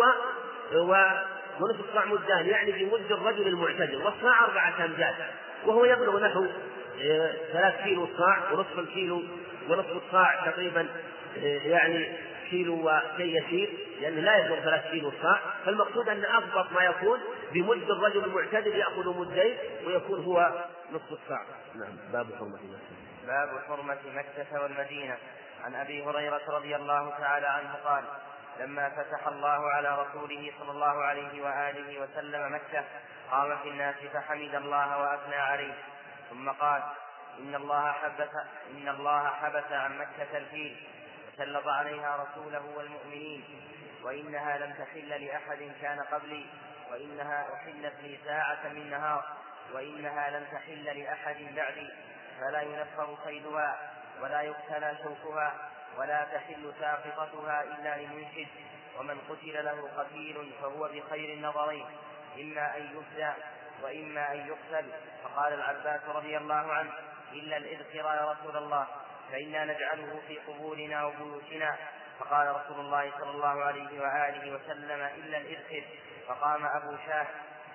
ونصف الصاع مدان يعني في مد الرجل المعتدل، والصاع أربعة أمجاد وهو يبلغ نحو ثلاث كيلو الصاع، ونصف الكيلو ونصف الصاع تقريبا يعني كيلو وشيء يسير، لأنه لا يبلغ ثلاث كيلو الصاع، فالمقصود أن أضبط ما يكون بمد الرجل المعتدل يأخذ مدين ويكون هو نصف الصاع. نعم. باب حرمة مكة. باب حرمة مكة والمدينة. عن أبي هريرة رضي الله تعالى عنه قال لما فتح الله على رسوله صلى الله عليه وآله وسلم مكة قام في الناس فحمد الله وأثنى عليه، ثم قال إن الله حبس, إن الله حبس عن مكة الفيل وسلط عليها رسوله والمؤمنين، وإنها لم تحل لأحد كان قبلي، وإنها أحلت لي ساعة من نهار، وإنها لم تحل لأحد بعدي، فلا ينفر صيدها ولا يقتلى شوكها ولا تحل ساقطتها إلا لمنشد، ومن قتل له قتيل فهو بخير النظرين، إما أن يفدى وإما أن يقتل. فقال العباس رضي الله عنه إلا الإذخر يا رسول الله فإنا نجعله في قبورنا وبيوتنا. فقال رسول الله صلى الله عليه وآله وسلم إلا الإذخر. فقام أبو شاه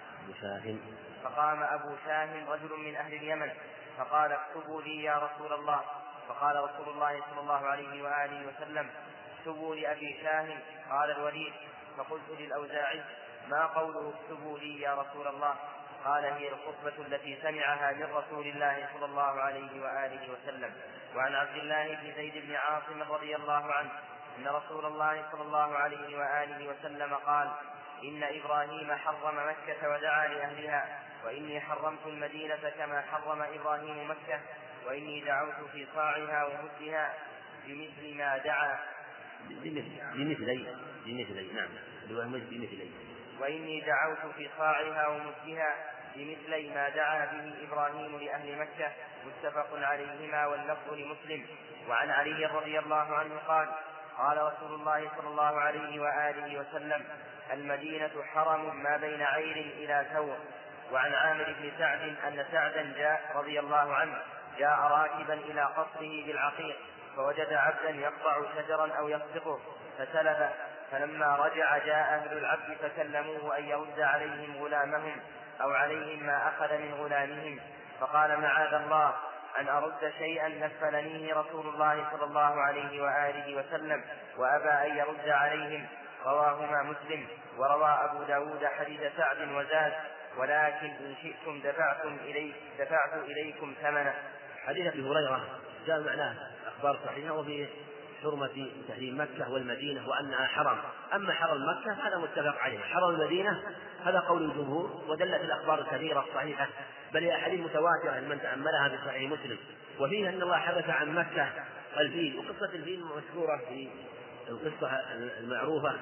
فقام أبو شاه رجل من أهل اليمن فقال اكتبوا لي يا رسول الله. فقال رسول الله صلى الله عليه وآله وسلم اكتبوا لأبي شاه. قال الوليد فقلت للأوزاعي ما قوله اكتبوا لي يا رسول الله؟ قال هي الخطبة التي سمعها من رسول الله صلى الله عليه وآله وسلم. وعن عبد الله بن زيد بن عاصم رضي الله عنه أن رسول الله صلى الله عليه وآله وسلم قال إن إبراهيم حرم مكة ودعا لأهلها، وإني حرمت المدينة كما حرم إبراهيم مكة، وإني دعوت في صاعها ومدها بمثل ما دعا بمثلي بمثلي نعم بمثلي وإني دعوت في صاعها ومدها بمثلي ما دعا به إبراهيم لأهل مكة. متفق عليهما واللفظ لمسلم. وعن علي رضي الله عنه قال قال رسول الله صلى الله عليه وآله وسلم المدينة حرم ما بين عير إلى ثور. وعن عامر بن سعد أن سعدا جاء رضي الله عنه جاء راكبا إلى قصره بالعقيق فوجد عبدا يقطع شجرا أو يسقطه فسلب، فلما رجع جاء أهل العبد فكلموه أن يرد عليهم غلامهم أو عليهم ما أخذ من غلامهم، فقال معاذ الله أن أرد شيئا نفلنيه رسول الله صلى الله عليه وآله وسلم وأبى أن يرد عليهم، رواهما مسلم. وروى أبو داود حديث سعد وزاد: ولكن إن شئتم دفعتم إلي دفعت إليكم ثمنه. حديث أبي هريرة جاء معناه أخبار صحيحة وفي حرمة تحريم مكة والمدينة وأنها حرم. أما حرم مكة هذا متفق عليه، حرم المدينة هذا قول الجمهور، ودلت الأخبار الكثيرة الصحيحة بل هي أحاديث متواترة من تأملها في صحيح مسلم. وفيه أن الله حدث عن مكة الفيل، وقصة الفيل مشهورة في القصة المعروفة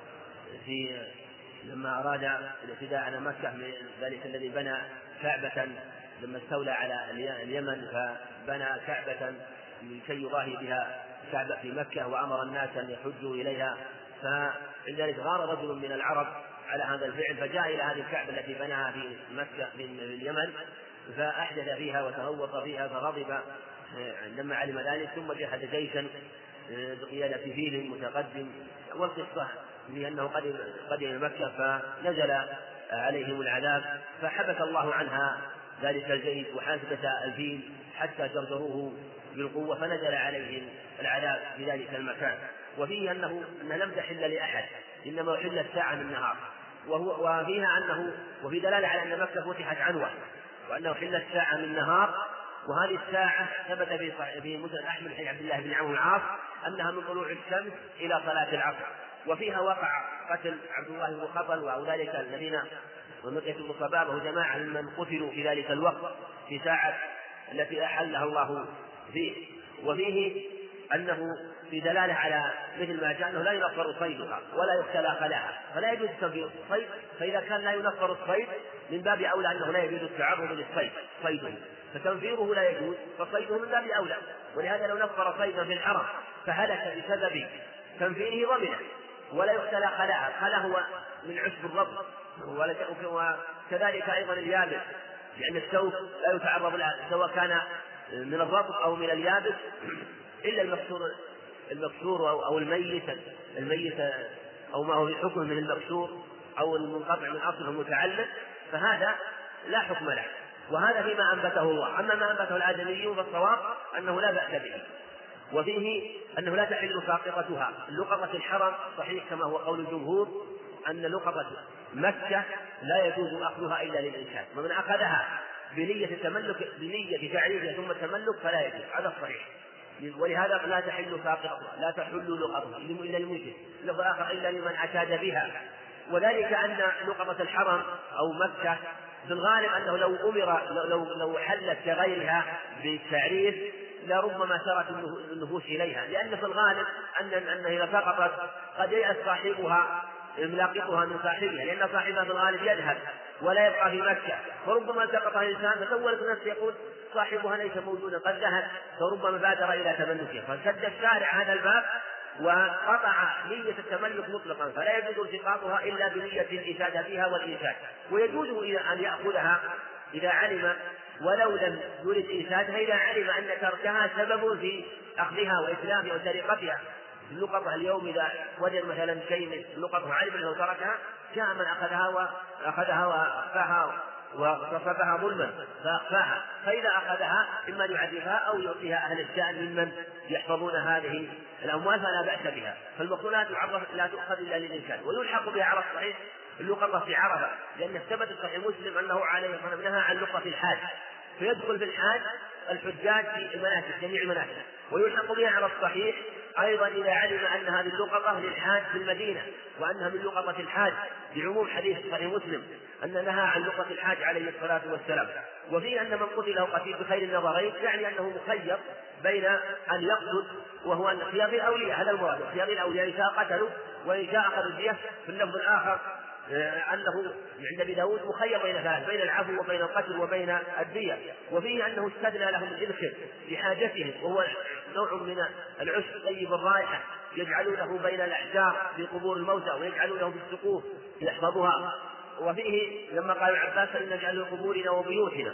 في لما أراد الاعتداء على مكة من ذلك الذي بنى كعبة لما استولى على اليمن فبنى كعبة لكي يضاهي بها كعبة في مكة وأمر الناس أن يحجوا إليها، فعندذلك غار رجل من العرب على هذا الفعل فجاء إلى هذه الكعبة التي بناها في مكة في اليمن فأحدث فيها وتغوط فيها فغضب لما علم ذلك، ثم جهز جيشا بقيادة فيل متقدم، والقصة لأنه قدم مكة فنزل عليهم العذاب فحبس الله عنها ذلك الجيش وحاسبة الفيل حتى جرجروه بالقوة فنزل عليهم العذاب في ذلك المكان. وفيه أنه أنها لم تحل لأحد، إنما أحلت ساعة من النهار، وهو وفيها أنه وفي دلالة على أن مكة فتحت عنوة وأنه حلت ساعة من النهار. وهذه الساعة ثبت في مسند أحمد حديث عبد الله بن عمرو العاص أنها من طلوع الشمس إلى صلاة العصر. وفيها وقع قتل عبد الله بن خطل وأولئك الذين ومكة بن صبابة وجماعة ممن قتلوا في ذلك الوقت في ساعة التي أحلها الله فيه. وفيه أنه في دلالة على مثل ما جاء أنه لا ينفر صيدها ولا يختلى خلاها، فلا يجوز تنفير الصيد، فإذا كان لا ينفر الصيد من باب أولى أنه لا يجوز التعرض للصيد صيده، فتنفيره لا يجوز فصيده من باب أولى. ولهذا لو نفر صيدا في الحرم فهلك بسبب تنفيره ضمنه ولا يختلى خلاها. خلا هو من عشب الرب، وكذلك أيضا اليابس، لأن السوق لا يتعرض له سواء كان من الرطب أو من اليابس إلا المكسور المكسور أو الميت الميت أو ما هو بحكم من المكسور أو المنقطع من أصله المتعلق، فهذا لا حكم له، وهذا فيما أنبته الله. أما ما أنبته الآدمي فالصواب أنه لا بأس به. وفيه أنه لا تحل ساقطتها. لقطة الحرم صحيح كما هو قول الجمهور أن لقطة مكة لا يجوز أخذها إلا للإنسان، ومن أخذها بنية التملك بنية تعريفها ثم التملك فلا يجوز، هذا الصحيح. ولهذا لا تحل ساقطتها، لا تحل لقطتها إلا للمشرك، لفظ آخر إلا لمن اعتاد بها. وذلك أن لقطة الحرم أو مكة في الغالب أنه لو أمر لو لو حلت كغيرها بالتعريف لربما سرت النفوس إليها، لأن في الغالب أن أن إذا سقطت قد ييأس صاحبها ملاقطها من صاحبها، لأن صاحبها في الغالب يذهب ولا يبقى في مكة، فربما سقط الإنسان فسولت نفسه يقول صاحبها ليس موجودا قد ذهب، فربما بادر إلى تملكها، فسد الشارع هذا الباب وقطع نية التملك مطلقا، فلا يجوز التقاطها إلا بنية الإفادة بها والإيجاد. ويجوز أن يأخذها إذا علم ولو لم يرد إيجادها، إذا علم أن تركها سبب في أخذها وإتلافها وسرقتها. اللقطة اليوم إذا وجد مثلا شيء من اللقطة علم أنه تركها جاء من أخذها وأخذها وأخفاها وصفها ظلما فأخفاها، فإذا أخذها إما يعذبها أو يعطيها أهل الشأن ممن يحفظون هذه الأموال فلا بأس بها. فالمقتولات لا تؤخذ إلا للإنسان. ويلحق بها على الصحيح اللقطة في عرفة، لأن ثبت في صحيح مسلم أنه عليه الصلاة والسلام نهى عن لقطة الحاج، فيدخل في الحاج الحجاج في المناسك جميع المناسك. ويلحق بها على الصحيح أيضا إذا علم أن هذه اللقطة للحاج في المدينة وأنها من لقطة الحاج بعموم حديث صحيح مسلم أن نهى عن لقطة الحاج عليه الصلاة والسلام. وفي أن من قتل أو قتيل بخير النظرين يعني أنه مخير بين أن يقتل وهو أن خيار الأولياء، هذا المراد خيار الأولياء إن شاء قتلوا وإن شاء أخذوا الدية. في اللفظ الآخر أنه عند أبي داود مخير بين ثلاث، بين العفو وبين القتل وبين الدية. وفيه أنه استدنى لهم الإذخر لحاجتهم، وهو نوع من العشب طيب الرائحة يجعلونه بين الأحجار في قبور الموتى ويجعلونه في السقوف يحفظها. وفيه لما قال العباس أن نجعله قبورنا وبيوتنا،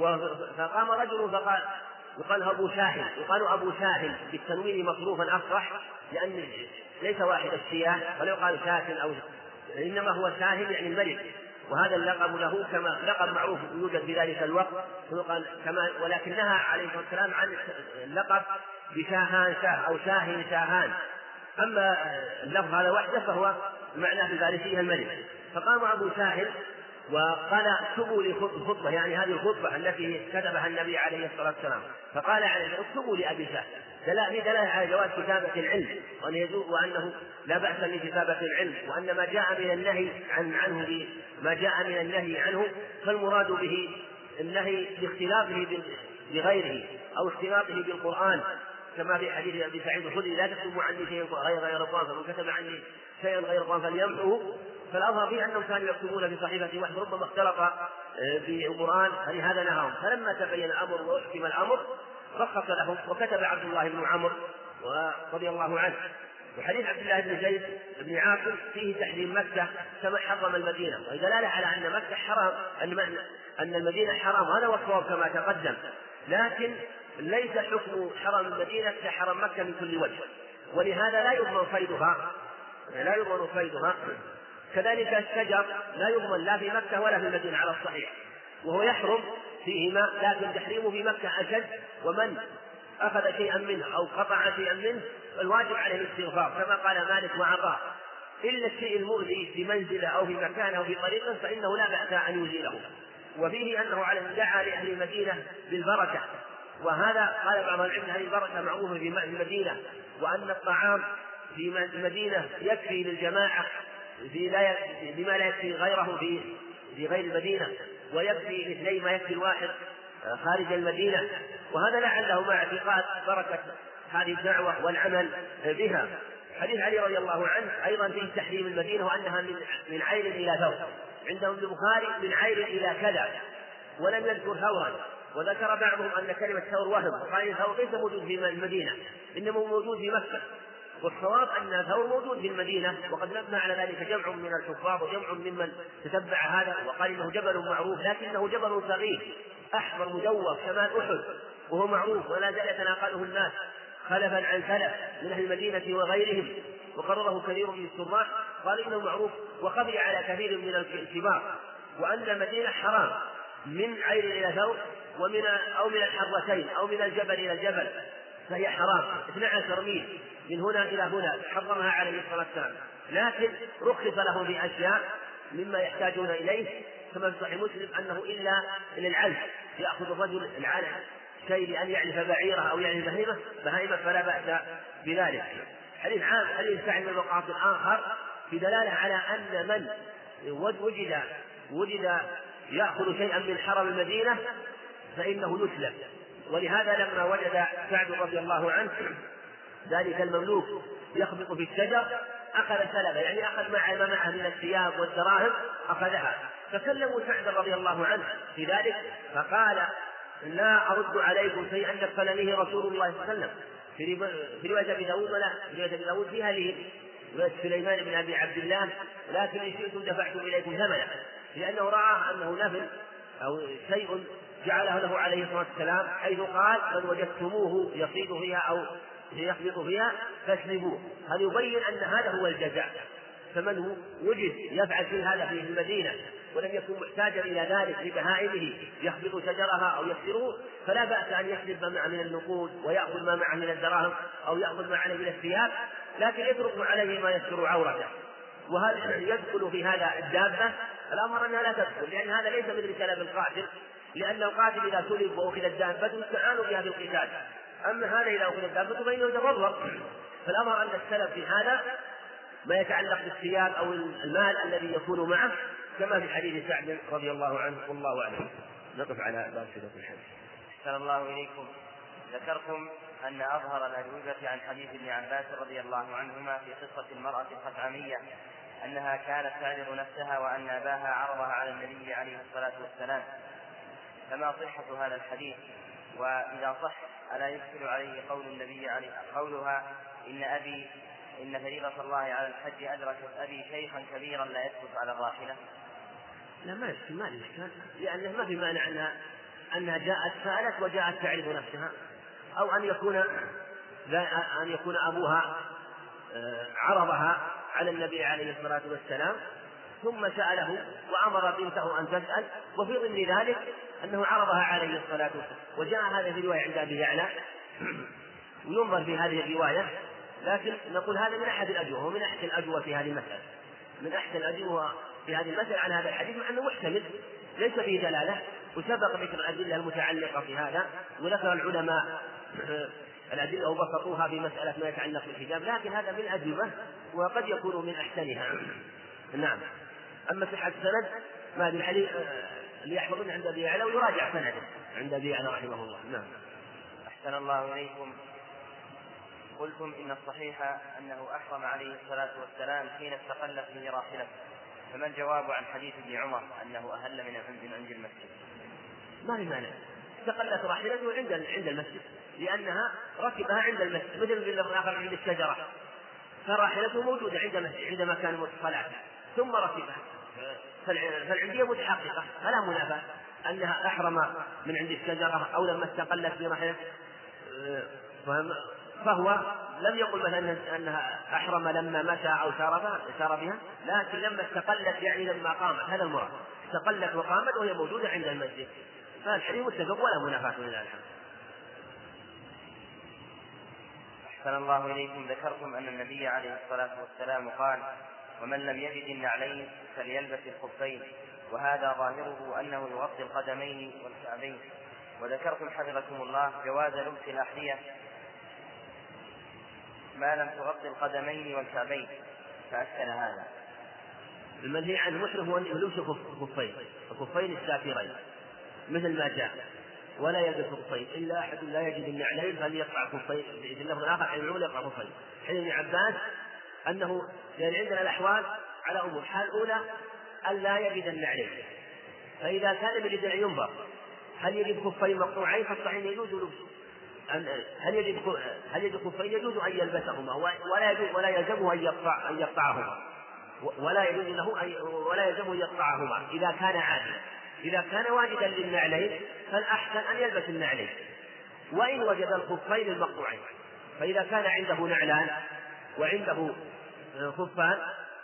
فقام رجل فقال يقال أبو شاهل، يقال أبو شاهل بالتنوين مصروفا أصرح، لأن ليس واحد الشياه ولا يقال شاهل أو إنما هو شاهل يعني الملك، وهذا اللقب له كما لقب معروف يوجد في ذلك الوقت كما، ولكنها عليه الصلاة والسلام عن اللقب بشاهان شاه أو شاه شاهان. أما اللفظ هذا وحده فهو معناه في الفارسية الملك. فقام أبو ساهل وقال اكتبوا لي خطبة، يعني هذه الخطبة التي كتبها النبي عليه الصلاة والسلام، فقال عليه اكتبوا لأبي ساهل دلالة دلالة على جواز كتابة العلم وأنه لا بأس من كتابة العلم، وأن ما جاء من النهي عن عنه ما جاء من النهي عنه فالمراد به النهي لاختلافه بغيره أو اختلاطه بالقرآن، كما في حديث أبي سعيد الخدري لا تكتبوا عني شيئا غير غير القرآن، فمن كتب عني شيئا غير القرآن فليمحه. فالأظهر فيه أنهم كانوا يكتبون في صحيفة واحد ربما اختلط بالقرآن، فلهذا نهاهم. فلما تبين الأمر وأحكم الأمر رخص لهم وكتب عبد الله بن عمرو رضي الله عنه. وحديث عبد الله بن زيد بن عاصم فيه تحريم مكة كما حرم المدينة، ودلالة على أن مكة حرام، أن المدينة حرام، هذا هو الصواب كما تقدم، لكن ليس حكم حرم المدينة كحرم مكة من كل وجه، ولهذا لا يضمن صيدها لا يضمن صيدها. كذلك الشجر لا يضمن لا في مكة ولا في المدينة على الصحيح، وهو يحرم فيهما، لكن تحريمه في مكة أشد، ومن أخذ شيئا منه أو قطع شيئا منه فالواجب عليه الاستغفار كما قال مالك وعطاء، إلا الشيء المؤذي في منزله أو في مكانه أو في طريقه فإنه لا بأس أن يزيله. وفيه أنه على دعا لأهل المدينة بالبركة، وهذا قال بعض العلم هذه البركة معروفة في المدينة، وأن الطعام في المدينة يكفي للجماعة بما لا يكفي غيره في في غير المدينة، ويكفي الاثنين ما يكفي الواحد خارج المدينة، وهذا لعله مع اعتقاد بركة هذه الدعوة والعمل بها. حديث علي رضي الله عنه أيضا فيه تحريم المدينة وأنها من من عير إلى ثور، عندهم البخاري من عير إلى كذا ولم يذكر ثورا، وذكر بعضهم أن كلمة ثور وهم، وقال ثور ليس موجود في المدينة إنما موجود في مكة، والصواب أن ثور موجود في المدينة، وقد نبه على ذلك جمع من الحفاظ وجمع ممن تتبع هذا وقال إنه جبل معروف، لكنه جبل صغير أحمر مجوف شمال أحد، وهو معروف ولا زال يتناقله الناس خلفا عن سلف من أهل المدينة وغيرهم، وقرره كثير من الشراح قال إنه معروف وخفي على كثير من الكبار، وأن المدينة حرام من عير إلى ثور ومن أو من الحرتين أو من الجبل إلى الجبل، فهي حرام اثني عشر ميل من هنا إلى هنا حرمها عليه الصلاة والسلام، لكن رخص لهم بأشياء مما يحتاجون إليه، كما في صحيح مسلم أنه إلا للعلف يأخذ الرجل العلف شيء لأن يعلف بعيره أو يعلف بهيمة بهيمة فلا بأس بذلك. حديث عام حديث سعد بن وقاص آخر في دلالة على أن من وجد وجد يأخذ شيئا من حرم المدينة فإنه يسلم، ولهذا لما وجد سعد رضي الله عنه ذلك المملوك يخبط في الشجر أخذ سلبه، يعني أخذ معه ما معه من الثياب والدراهم أخذها، فكلموا سعد رضي الله عنه في ذلك فقال لا أرد عليكم شيئا نكفلنيه رسول الله صلى الله عليه وسلم. في رواية أبي داود لا في رواية أبي داود فيها لي رواية سليمان بن أبي عبد الله لكن إن شئتم دفعتم إليكم ثمنه، لأنه رأى أنه نفل أو شيء جعله له عليه الصلاة والسلام، حيث قال من وجدتموه يصيد فيها أو يخبط فيها فاسلبوه، هذا يبين أن هذا هو الجزاء. فمن وجد يفعل في هذا في المدينة ولم يكن محتاجا إلى ذلك لبهائمه يخبط شجرها أو يكسره فلا بأس أن يسلب ما معه من النقود ويأخذ ما معه من الدراهم أو يأخذ ما عليه من الثياب، لكن يترك عليه ما يستر عورته. وهل يدخل في هذا الدابة؟ الأمر أنها لا تدخل، لأن هذا ليس من رسالة بالقاتل، لأن القاتل إذا سلب وأخذ الدابة يستعان بها في القتال، أما هذا إذا أخذ الدابة فإنه يتضرر. فالأمر أن السلب في هذا ما يتعلق بالثياب أو المال الذي يكون معه، كما في حديث سعد رضي الله عنه والله أعلم. نقف على باب صلة الحديث. أحسن الله إليكم. ذكرتم أن أظهر الأجوبة عن حديث ابن عباس رضي الله عنهما في قصة المرأة الخثعمية أنها كانت تعرض نفسها وأن أباها عرضها على النبي عليه الصلاة والسلام، فما صحة هذا الحديث؟ وإذا صح ألا يشكل عليه قول النبي عليه قولها إن أبي إن فريضة الله على الحج أدركت أبي شيخا كبيرا لا يثبت على الراحلة؟ لا ما يشكل ما يشكل، لأنه ما في مانع أنها أنها جاءت سألت وجاءت تعرض نفسها، أو أن يكون أن يكون أبوها عرضها على النبي عليه الصلاة والسلام ثم سأله وأمر بنته أن تسأل، وفي ضمن ذلك أنه عرضها عليه الصلاة والسلام. وجاء هذا في رواية عند أبي يعلى، وينظر في هذه الرواية، لكن نقول هذا من أحد الأجوبة، ومن أحسن الأجوبة في هذه المسألة، من أحسن الأجوبة في هذه المسألة عن هذا الحديث، مع أنه محتمل ليس فيه دلالة، وسبق ذكر الأدلة المتعلقة في هذا، وذكر العلماء الأدلة وبسطوها في مسألة ما يتعلق بالحجاب، لكن هذا من الأجوبة وقد يكون من أحسنها. نعم. أما صحة السند ما الحديث اللي يحفظون عند أبي يعلى ويراجع سنده عند أبي يعلى رحمه الله. نعم. أحسن الله إليكم. قلتم إن الصحيح أنه أحرم عليه الصلاة والسلام حين استقلت به راحلته، فما الجواب عن حديث ابن عمر أنه أهل من من عند المسجد؟ ما في مانع، استقلت راحلته عند عند المسجد، لأنها ركبها عند المسجد، مثل اللفظ الآخر عند الشجرة، فراحلته موجودة عند المسجد عندما كان الصلاة ثم ركبها، فالعندية متحققة، فلا منافاة أنها أحرم من عند الشجرة أو لما استقلت براحلته، فهو لم يقل مثلا أنها أحرم لما مشى أو سار بها، لكن لما استقلت يعني لما قامت، هذا المراد، استقلت وقامت وهي موجودة عند المسجد، فالحديث متفق ولا منافاة من ذلك. أحسن الله إليكم. ذكرتم أن النبي عليه الصلاة والسلام قال: ومن لم يجد النعلين فليلبس الخفين، وهذا ظاهره أنه يغطي القدمين والكعبين. وذكرتم حفظكم الله جواز لبس الأحذية ما لم تغطي القدمين والكعبين، فأشكل هذا. المنهي عن المحرم هو لبس الخفين، الخفين السافرين مثل ما جاء، ولا يلبس الخفين إلا أحد لا يجد النعلين فليقطع الخفين، في اللفظ الآخر حين العول يقطع الخفين. حين ابن عباس أنه يعني عندنا الأحوال على أمور، الحال الأولى أن لا يجد النعلين، فإذا كان يريد أن ينظر هل يجد خفين مقطوعين فالصحيح يجوز لبسه، هل يجد هل يجد خفين يجوز أن يلبسهما، ولا يجوز ولا يلزمه أن يقطع أن يقطعهما، ولا يجوز له أن ولا يلزمه أن يقطعهما إذا كان عادلا. إذا كان واجدا للنعلين فالأحسن أن يلبس النعلين، وإن وجد الخفين المقطوعين، فإذا كان عنده نعلان وعنده خفان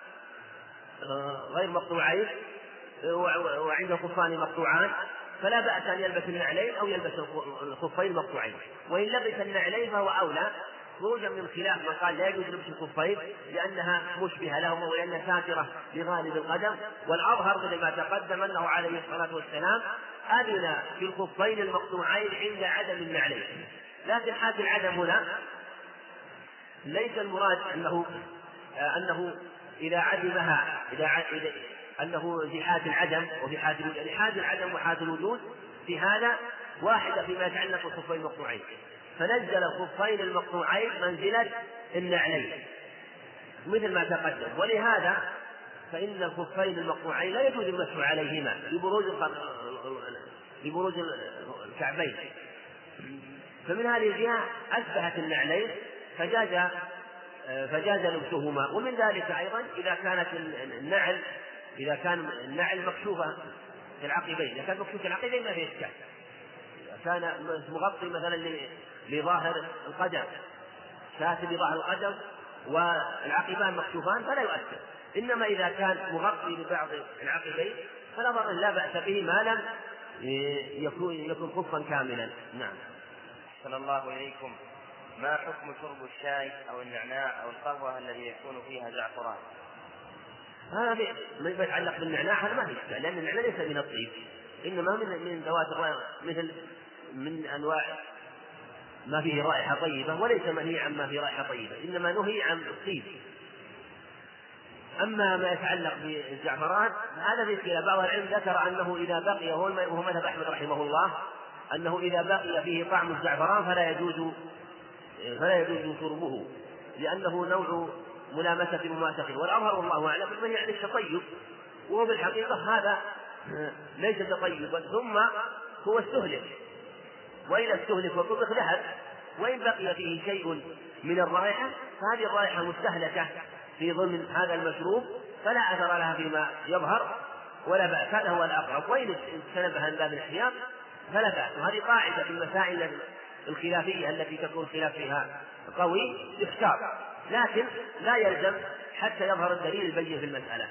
غير مقطوعين وعنده خفان مقطوعان فلا بأس أن يلبس النعلين أو يلبس الخفين المقطوعين. وإن لبس النعلين فهو أولى، خروجا من خلاف من قال لا يجوز لبس الخفين لأنها مشبهة لهما ولأنها ساترة لغالب القدم، والأظهر مثل ما تقدم أنه عليه الصلاة والسلام أذن في الخفين المقطوعين عند عدم النعلين. لكن حال العدم هنا ليس المراد أنه أنه إذا عدمها إذا عدم أنه في حال العدم وفي حال الوجود، حال العدم وحال الوجود في هذا واحدة فيما يتعلق بالخفين المقطوعين، فنزل الخفين المقطوعين منزلة النعلين مثل ما تقدم. ولهذا فإن الخفين المقطوعين لا يجوز المسح عليهما لبروز لبروز الكعبين، فمن هذه الجهة أشبهت النعلين فجاز فجاز لبسهما. ومن ذلك أيضا إذا كانت النعل إذا كان النعل مكشوفة في العقبين، إذا كان مكشوف في العقبين ما في إشكال، إذا كان مغطي مثلا لظاهر القدم ساتر لظاهر القدم والعقبان مكشوفان فلا يؤثر. إنما إذا كان مغطي لبعض العقبين فلا ضرر لا بأس به ما لم يكون يكون خفا كاملا. نعم. أحسن الله إليكم. ما حكم شرب الشاي أو النعناع أو القهوة الذي يكون فيها زعفران؟ هذا ما يتعلق بالنعناع هذا ما في إشكال، لأن النعناع ليس من الطيب، إنما من من ذوات الرائحة، مثل من أنواع ما فيه رائحة طيبة، وليس منهي عن ما فيه رائحة طيبة، إنما نهي عن الطيب. أما ما يتعلق بالزعفران هذا في خلاف، بعض العلم ذكر أنه إذا بقي، وهو مذهب أحمد رحمه الله، أنه إذا بقي فيه طعم الزعفران فلا يجوز فلا يجوز شربه لأنه نوع ملامسة مماسة، والأظهر والله أعلم المنهي عن التطيب، وهو بالحقيقة هذا ليس تطيبا، ثم هو استهلك، وإذا استهلك وطبخ ذهب، وإن بقي فيه شيء من الرائحة فهذه الرائحة مستهلكة في ضمن هذا المشروب فلا أثر لها فيما يظهر ولا بأس، هذا هو الأقرب. وإن اجتنبها من باب الاحتياط فلا بأس. وهذه قاعدة في المسائل الخلافية التي تكون خلاف فيها قوي يختار، لكن لا يلزم حتى يظهر الدليل البين في المسألة.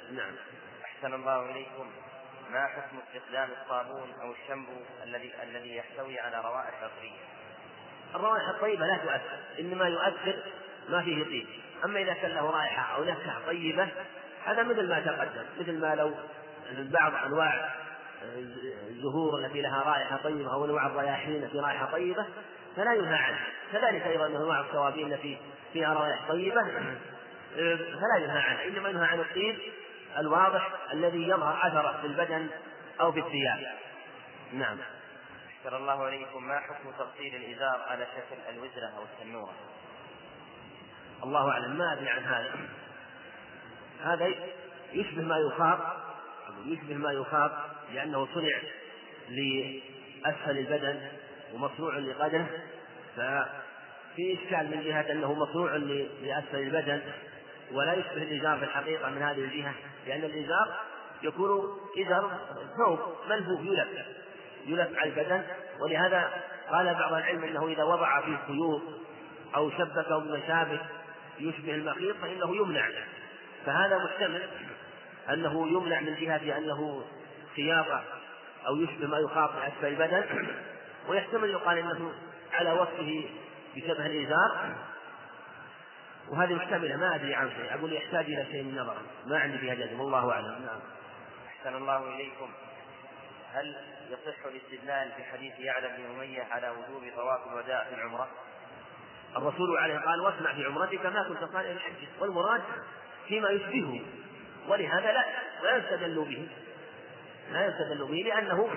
نعم. أحسن الله إليكم، ما حكم استخدام الصابون أو الشامبو الذي الذي يحتوي على روائح عطرية؟ الروائح الطيبة لا تؤثر، إنما يؤثر ما فيه طيب. أما إذا كان له رائحة أو نكهة طيبة هذا مثل ما تقدم، مثل ما لو بعض أنواع الزهور التي لها رائحة طيبة أو أنواع الرياحين التي رائحة طيبة فلا ينهى عنها. كذلك أيضا أنواع الصوابين التي فيها رائحة طيبة فلا ينهى عنها، إنما ينهى عن الطيب الواضح الذي يظهر أثره في البدن أو في الثياب. نعم. أحسن الله عليكم، ما حكم تغطيل الإزار على شكل الوزرة أو التنورة؟ الله أعلم، ما أدري عن هذا. هذا يشبه ما يخاط يشبه ما يخاط لأنه صنع لأسفل البدن ومصنوع لقدره، ففي إشكال من جهة أنه مصنوع لأسفل البدن ولا يشبه الإزار في الحقيقة من هذه الجهة، لأن الإزار يكون إزار ثوب ملفوف يلف يلف على البدن، ولهذا قال بعض العلم أنه إذا وضع فيه خيوط أو شبكه بمشابك يشبه المخيط فإنه يمنع. فهذا محتمل أنه يمنع من جهة أنه خياطة أو يشبه ما يخاط أسفل البدن، ويحتمل يقال أنه على وصفه بشبه الإزار، وهذه محتملة ما أدري عن شيء، أقول يحتاج إلى شيء من نظر، ما عندي فيها جزم، والله أعلم. نعم. أحسن الله إليكم، هل يصح الاستدلال بحديث يعلى بن أمية على وجوب طواف الوداع في العمرة؟ الرسول عليه قال: واصنع في عمرتك ما كنت صانعا في حجك، والمراد فيما يشبهه، ولهذا لا لا يستدل به لا يستدل به لأنه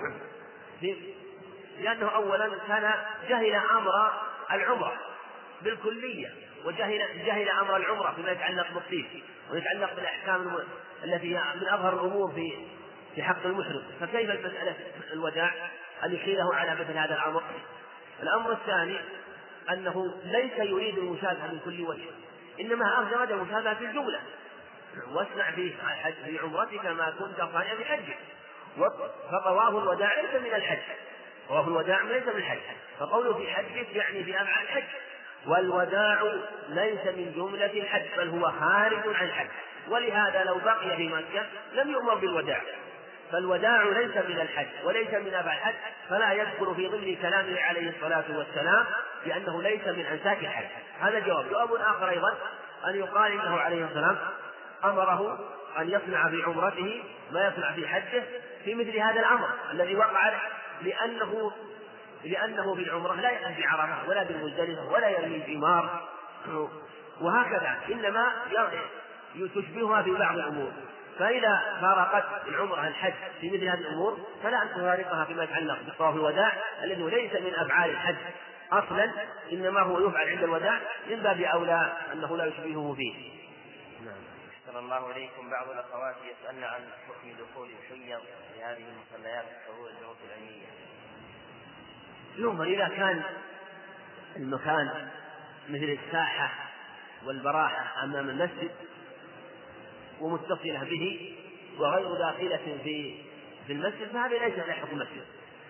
لأنه أولا كان جهل أمر العمرة بالكلية، وجهل جهل أمر العمرة فيما يتعلق بالطيب ويتعلق بالأحكام التي هي من أظهر الأمور في في حق المحرم، فكيف المسألة الوداع أن يحيله على مثل هذا الأمر؟ الأمر الثاني أنه ليس يريد المشابهة من كل وجه، إنما أراد المشابهة في الجملة: واصنع في في عمرتك ما كنت صانعا في حجك. فطواف الوداع ليس من الحج، طواف الوداع ليس من الحج، فقوله في حجك يعني في أفعال الحج، والوداع ليس من جملة الحج بل هو خارج عن الحج، ولهذا لو بقي في مكة لم يؤمر بالوداع، فالوداع ليس من الحج وليس من أفعال الحج، فلا يدخل في ضمن كلامه عليه الصلاة والسلام لأنه ليس من أنساك الحج. هذا جواب. جواب آخر أيضا أن يقال إنه عليه السلام أمره أن يصنع في عمرته ما يصنع في حجه في مثل هذا الأمر الذي وقع، لأنه لأنه في العمرة لا يأتي بعرفة ولا بالمزدلفة ولا يرمي الجمار وهكذا، إنما تشبهها في بعض الأمور. فإذا فارقت العمرة الحج في مثل هذه الأمور فلا أن تفارقها فيما يتعلق بطواف الوداع الذي ليس من أفعال الحج أصلا، إنما هو يفعل عند الوداع، من باب أولى أنه لا يشبهه فيه. نعم. أحسن الله إليكم، بعض الأخوات يسألن عن حكم دخول الحيض في هذه المصليات الحضور الدروس العلمية. ينظر إذا كان المكان مثل الساحة والبراحة أمام المسجد ومتصلة به وغير داخلة في في المسجد فهذا ليس له حكم مسجد.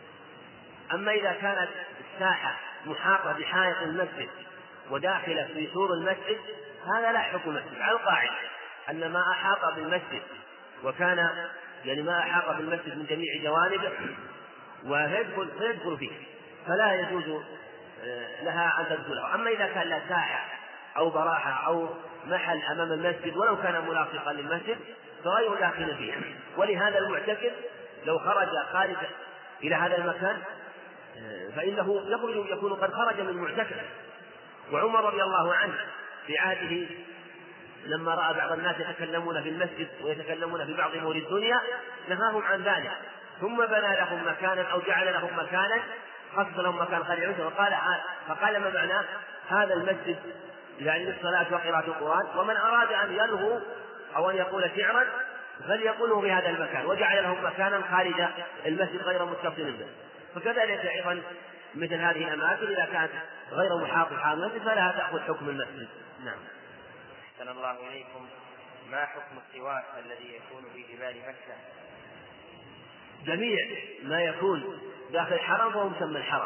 أما إذا كانت الساحة محاطة بحائط المسجد وداخلة في سور المسجد هذا لا حكم مسجد، على القاعدة أن ما أحاط بالمسجد وكان يعني ما أحاط بالمسجد من جميع جوانبه ويدخل فيدخل فيه فلا يجوز لها أن تدخله. أما إذا كان لا ساحة أو براحة أو محل أمام المسجد ولو كان ملاصقا للمسجد فغير داخل فيه، ولهذا المعتكف لو خرج خارج إلى هذا المكان فإنه يخرج يكون قد خرج من معتكف. وعمر رضي الله عنه في عهده لما رأى بعض الناس يتكلمون في المسجد ويتكلمون في بعض أمور الدنيا نهاهم عن ذلك، ثم بنى لهم مكانا أو جعل لهم مكانا خصص لهم مكان خارج المسجد، وقال فقال ما معناه هذا المسجد يعني للصلاة وقراءة القرآن، ومن أراد أن يلغو أو أن يقول شعرا فليقوله في هذا المكان، وجعل لهم مكانا خارج المسجد غير متصل به. فكذلك أيضا مثل هذه الأماكن إذا كانت غير محاط بحال المسجد فلها تأخذ حكم المسجد. نعم. أحسن الله إليكم، ما حكم السواك الذي يكون في جبال مكة؟ جميع ما يكون داخل الحرم فهو مسمى الحرم،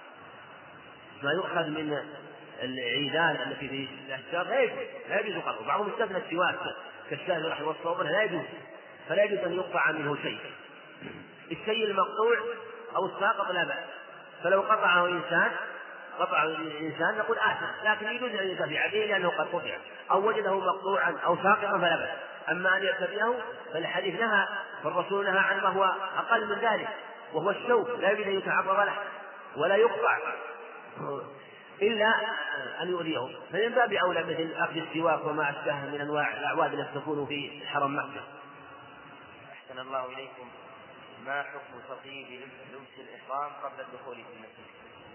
ما يؤخذ من العيدان التي في الأشجار لا يجوز قطعه، وبعضهم استثنى السواك كالشاذ رحمه والصوبر لا يجوز، فلا يجوز أن يقطع منه شيء. الشيء المقطوع أو الساقط لا بأس، فلو قطعه إنسان قطعه الإنسان نقول آثم، لكن يجوز أن ينتفع به لأنه قد قطع، أو وجده مقطوعا أو ساقطا فلا بأس. أما أن يرتديه فالحديث نهى، فالرسول نهى عن ما هو أقل من ذلك وهو الشوك، لا يجوز أن يتعرض له ولا يقطع إلا أن يؤذيه، فمن باب أولى مثل أخذ السواك وما أشبه من أنواع الأعواد التي تكون في حرم مكة. أحسن الله إليكم. ما حكم تطيب لبس الإحرام قبل الدخول في المسجد؟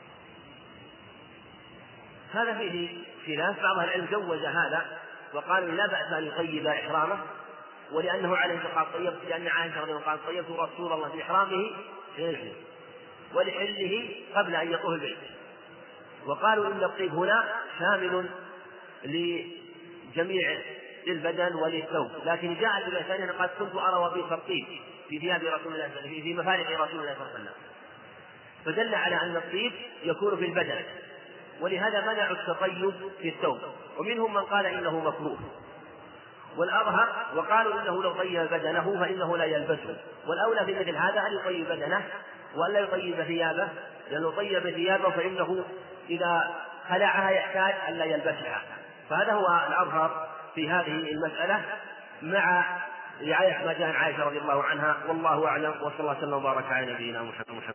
هذا فيه خلاف، بعض العلم جوز هذا وقالوا لا بأس أن يطيب إحرامه، ولأنه عليه الصلاة والسلام طيب، لأن عائشة رضي الله عنها قالت طيبت رسول الله في إحرامه ولحله قبل أن يطوف البيت. وقالوا إن الطيب هنا شامل لجميع البدن وللثوب، لكن جاءت بمثال قد كنت أرى وبيص الطيب في ثياب رسول الله صلى الله عليه وسلم في مفارق رسول الله صلى الله عليه وسلم، فدل على أن الطيب يكون في البدن، ولهذا منعوا التطيب في الثوب. ومنهم من قال إنه مكروه والأظهر، وقالوا إنه لو طيب بدنه فإنه لا يلبسه، والأولى في مثل هذا أن يطيب بدنه وألا يطيب ثيابه، لأنه طيب ثيابه فإنه إذا خلعها يحتاج أن لا يلبسها، فهذا هو الأظهر في هذه المسألة مع رعاية ما جاء عن عائشة رضي الله عنها، والله أعلم، وصلى الله وسلم وبارك على نبينا محمد.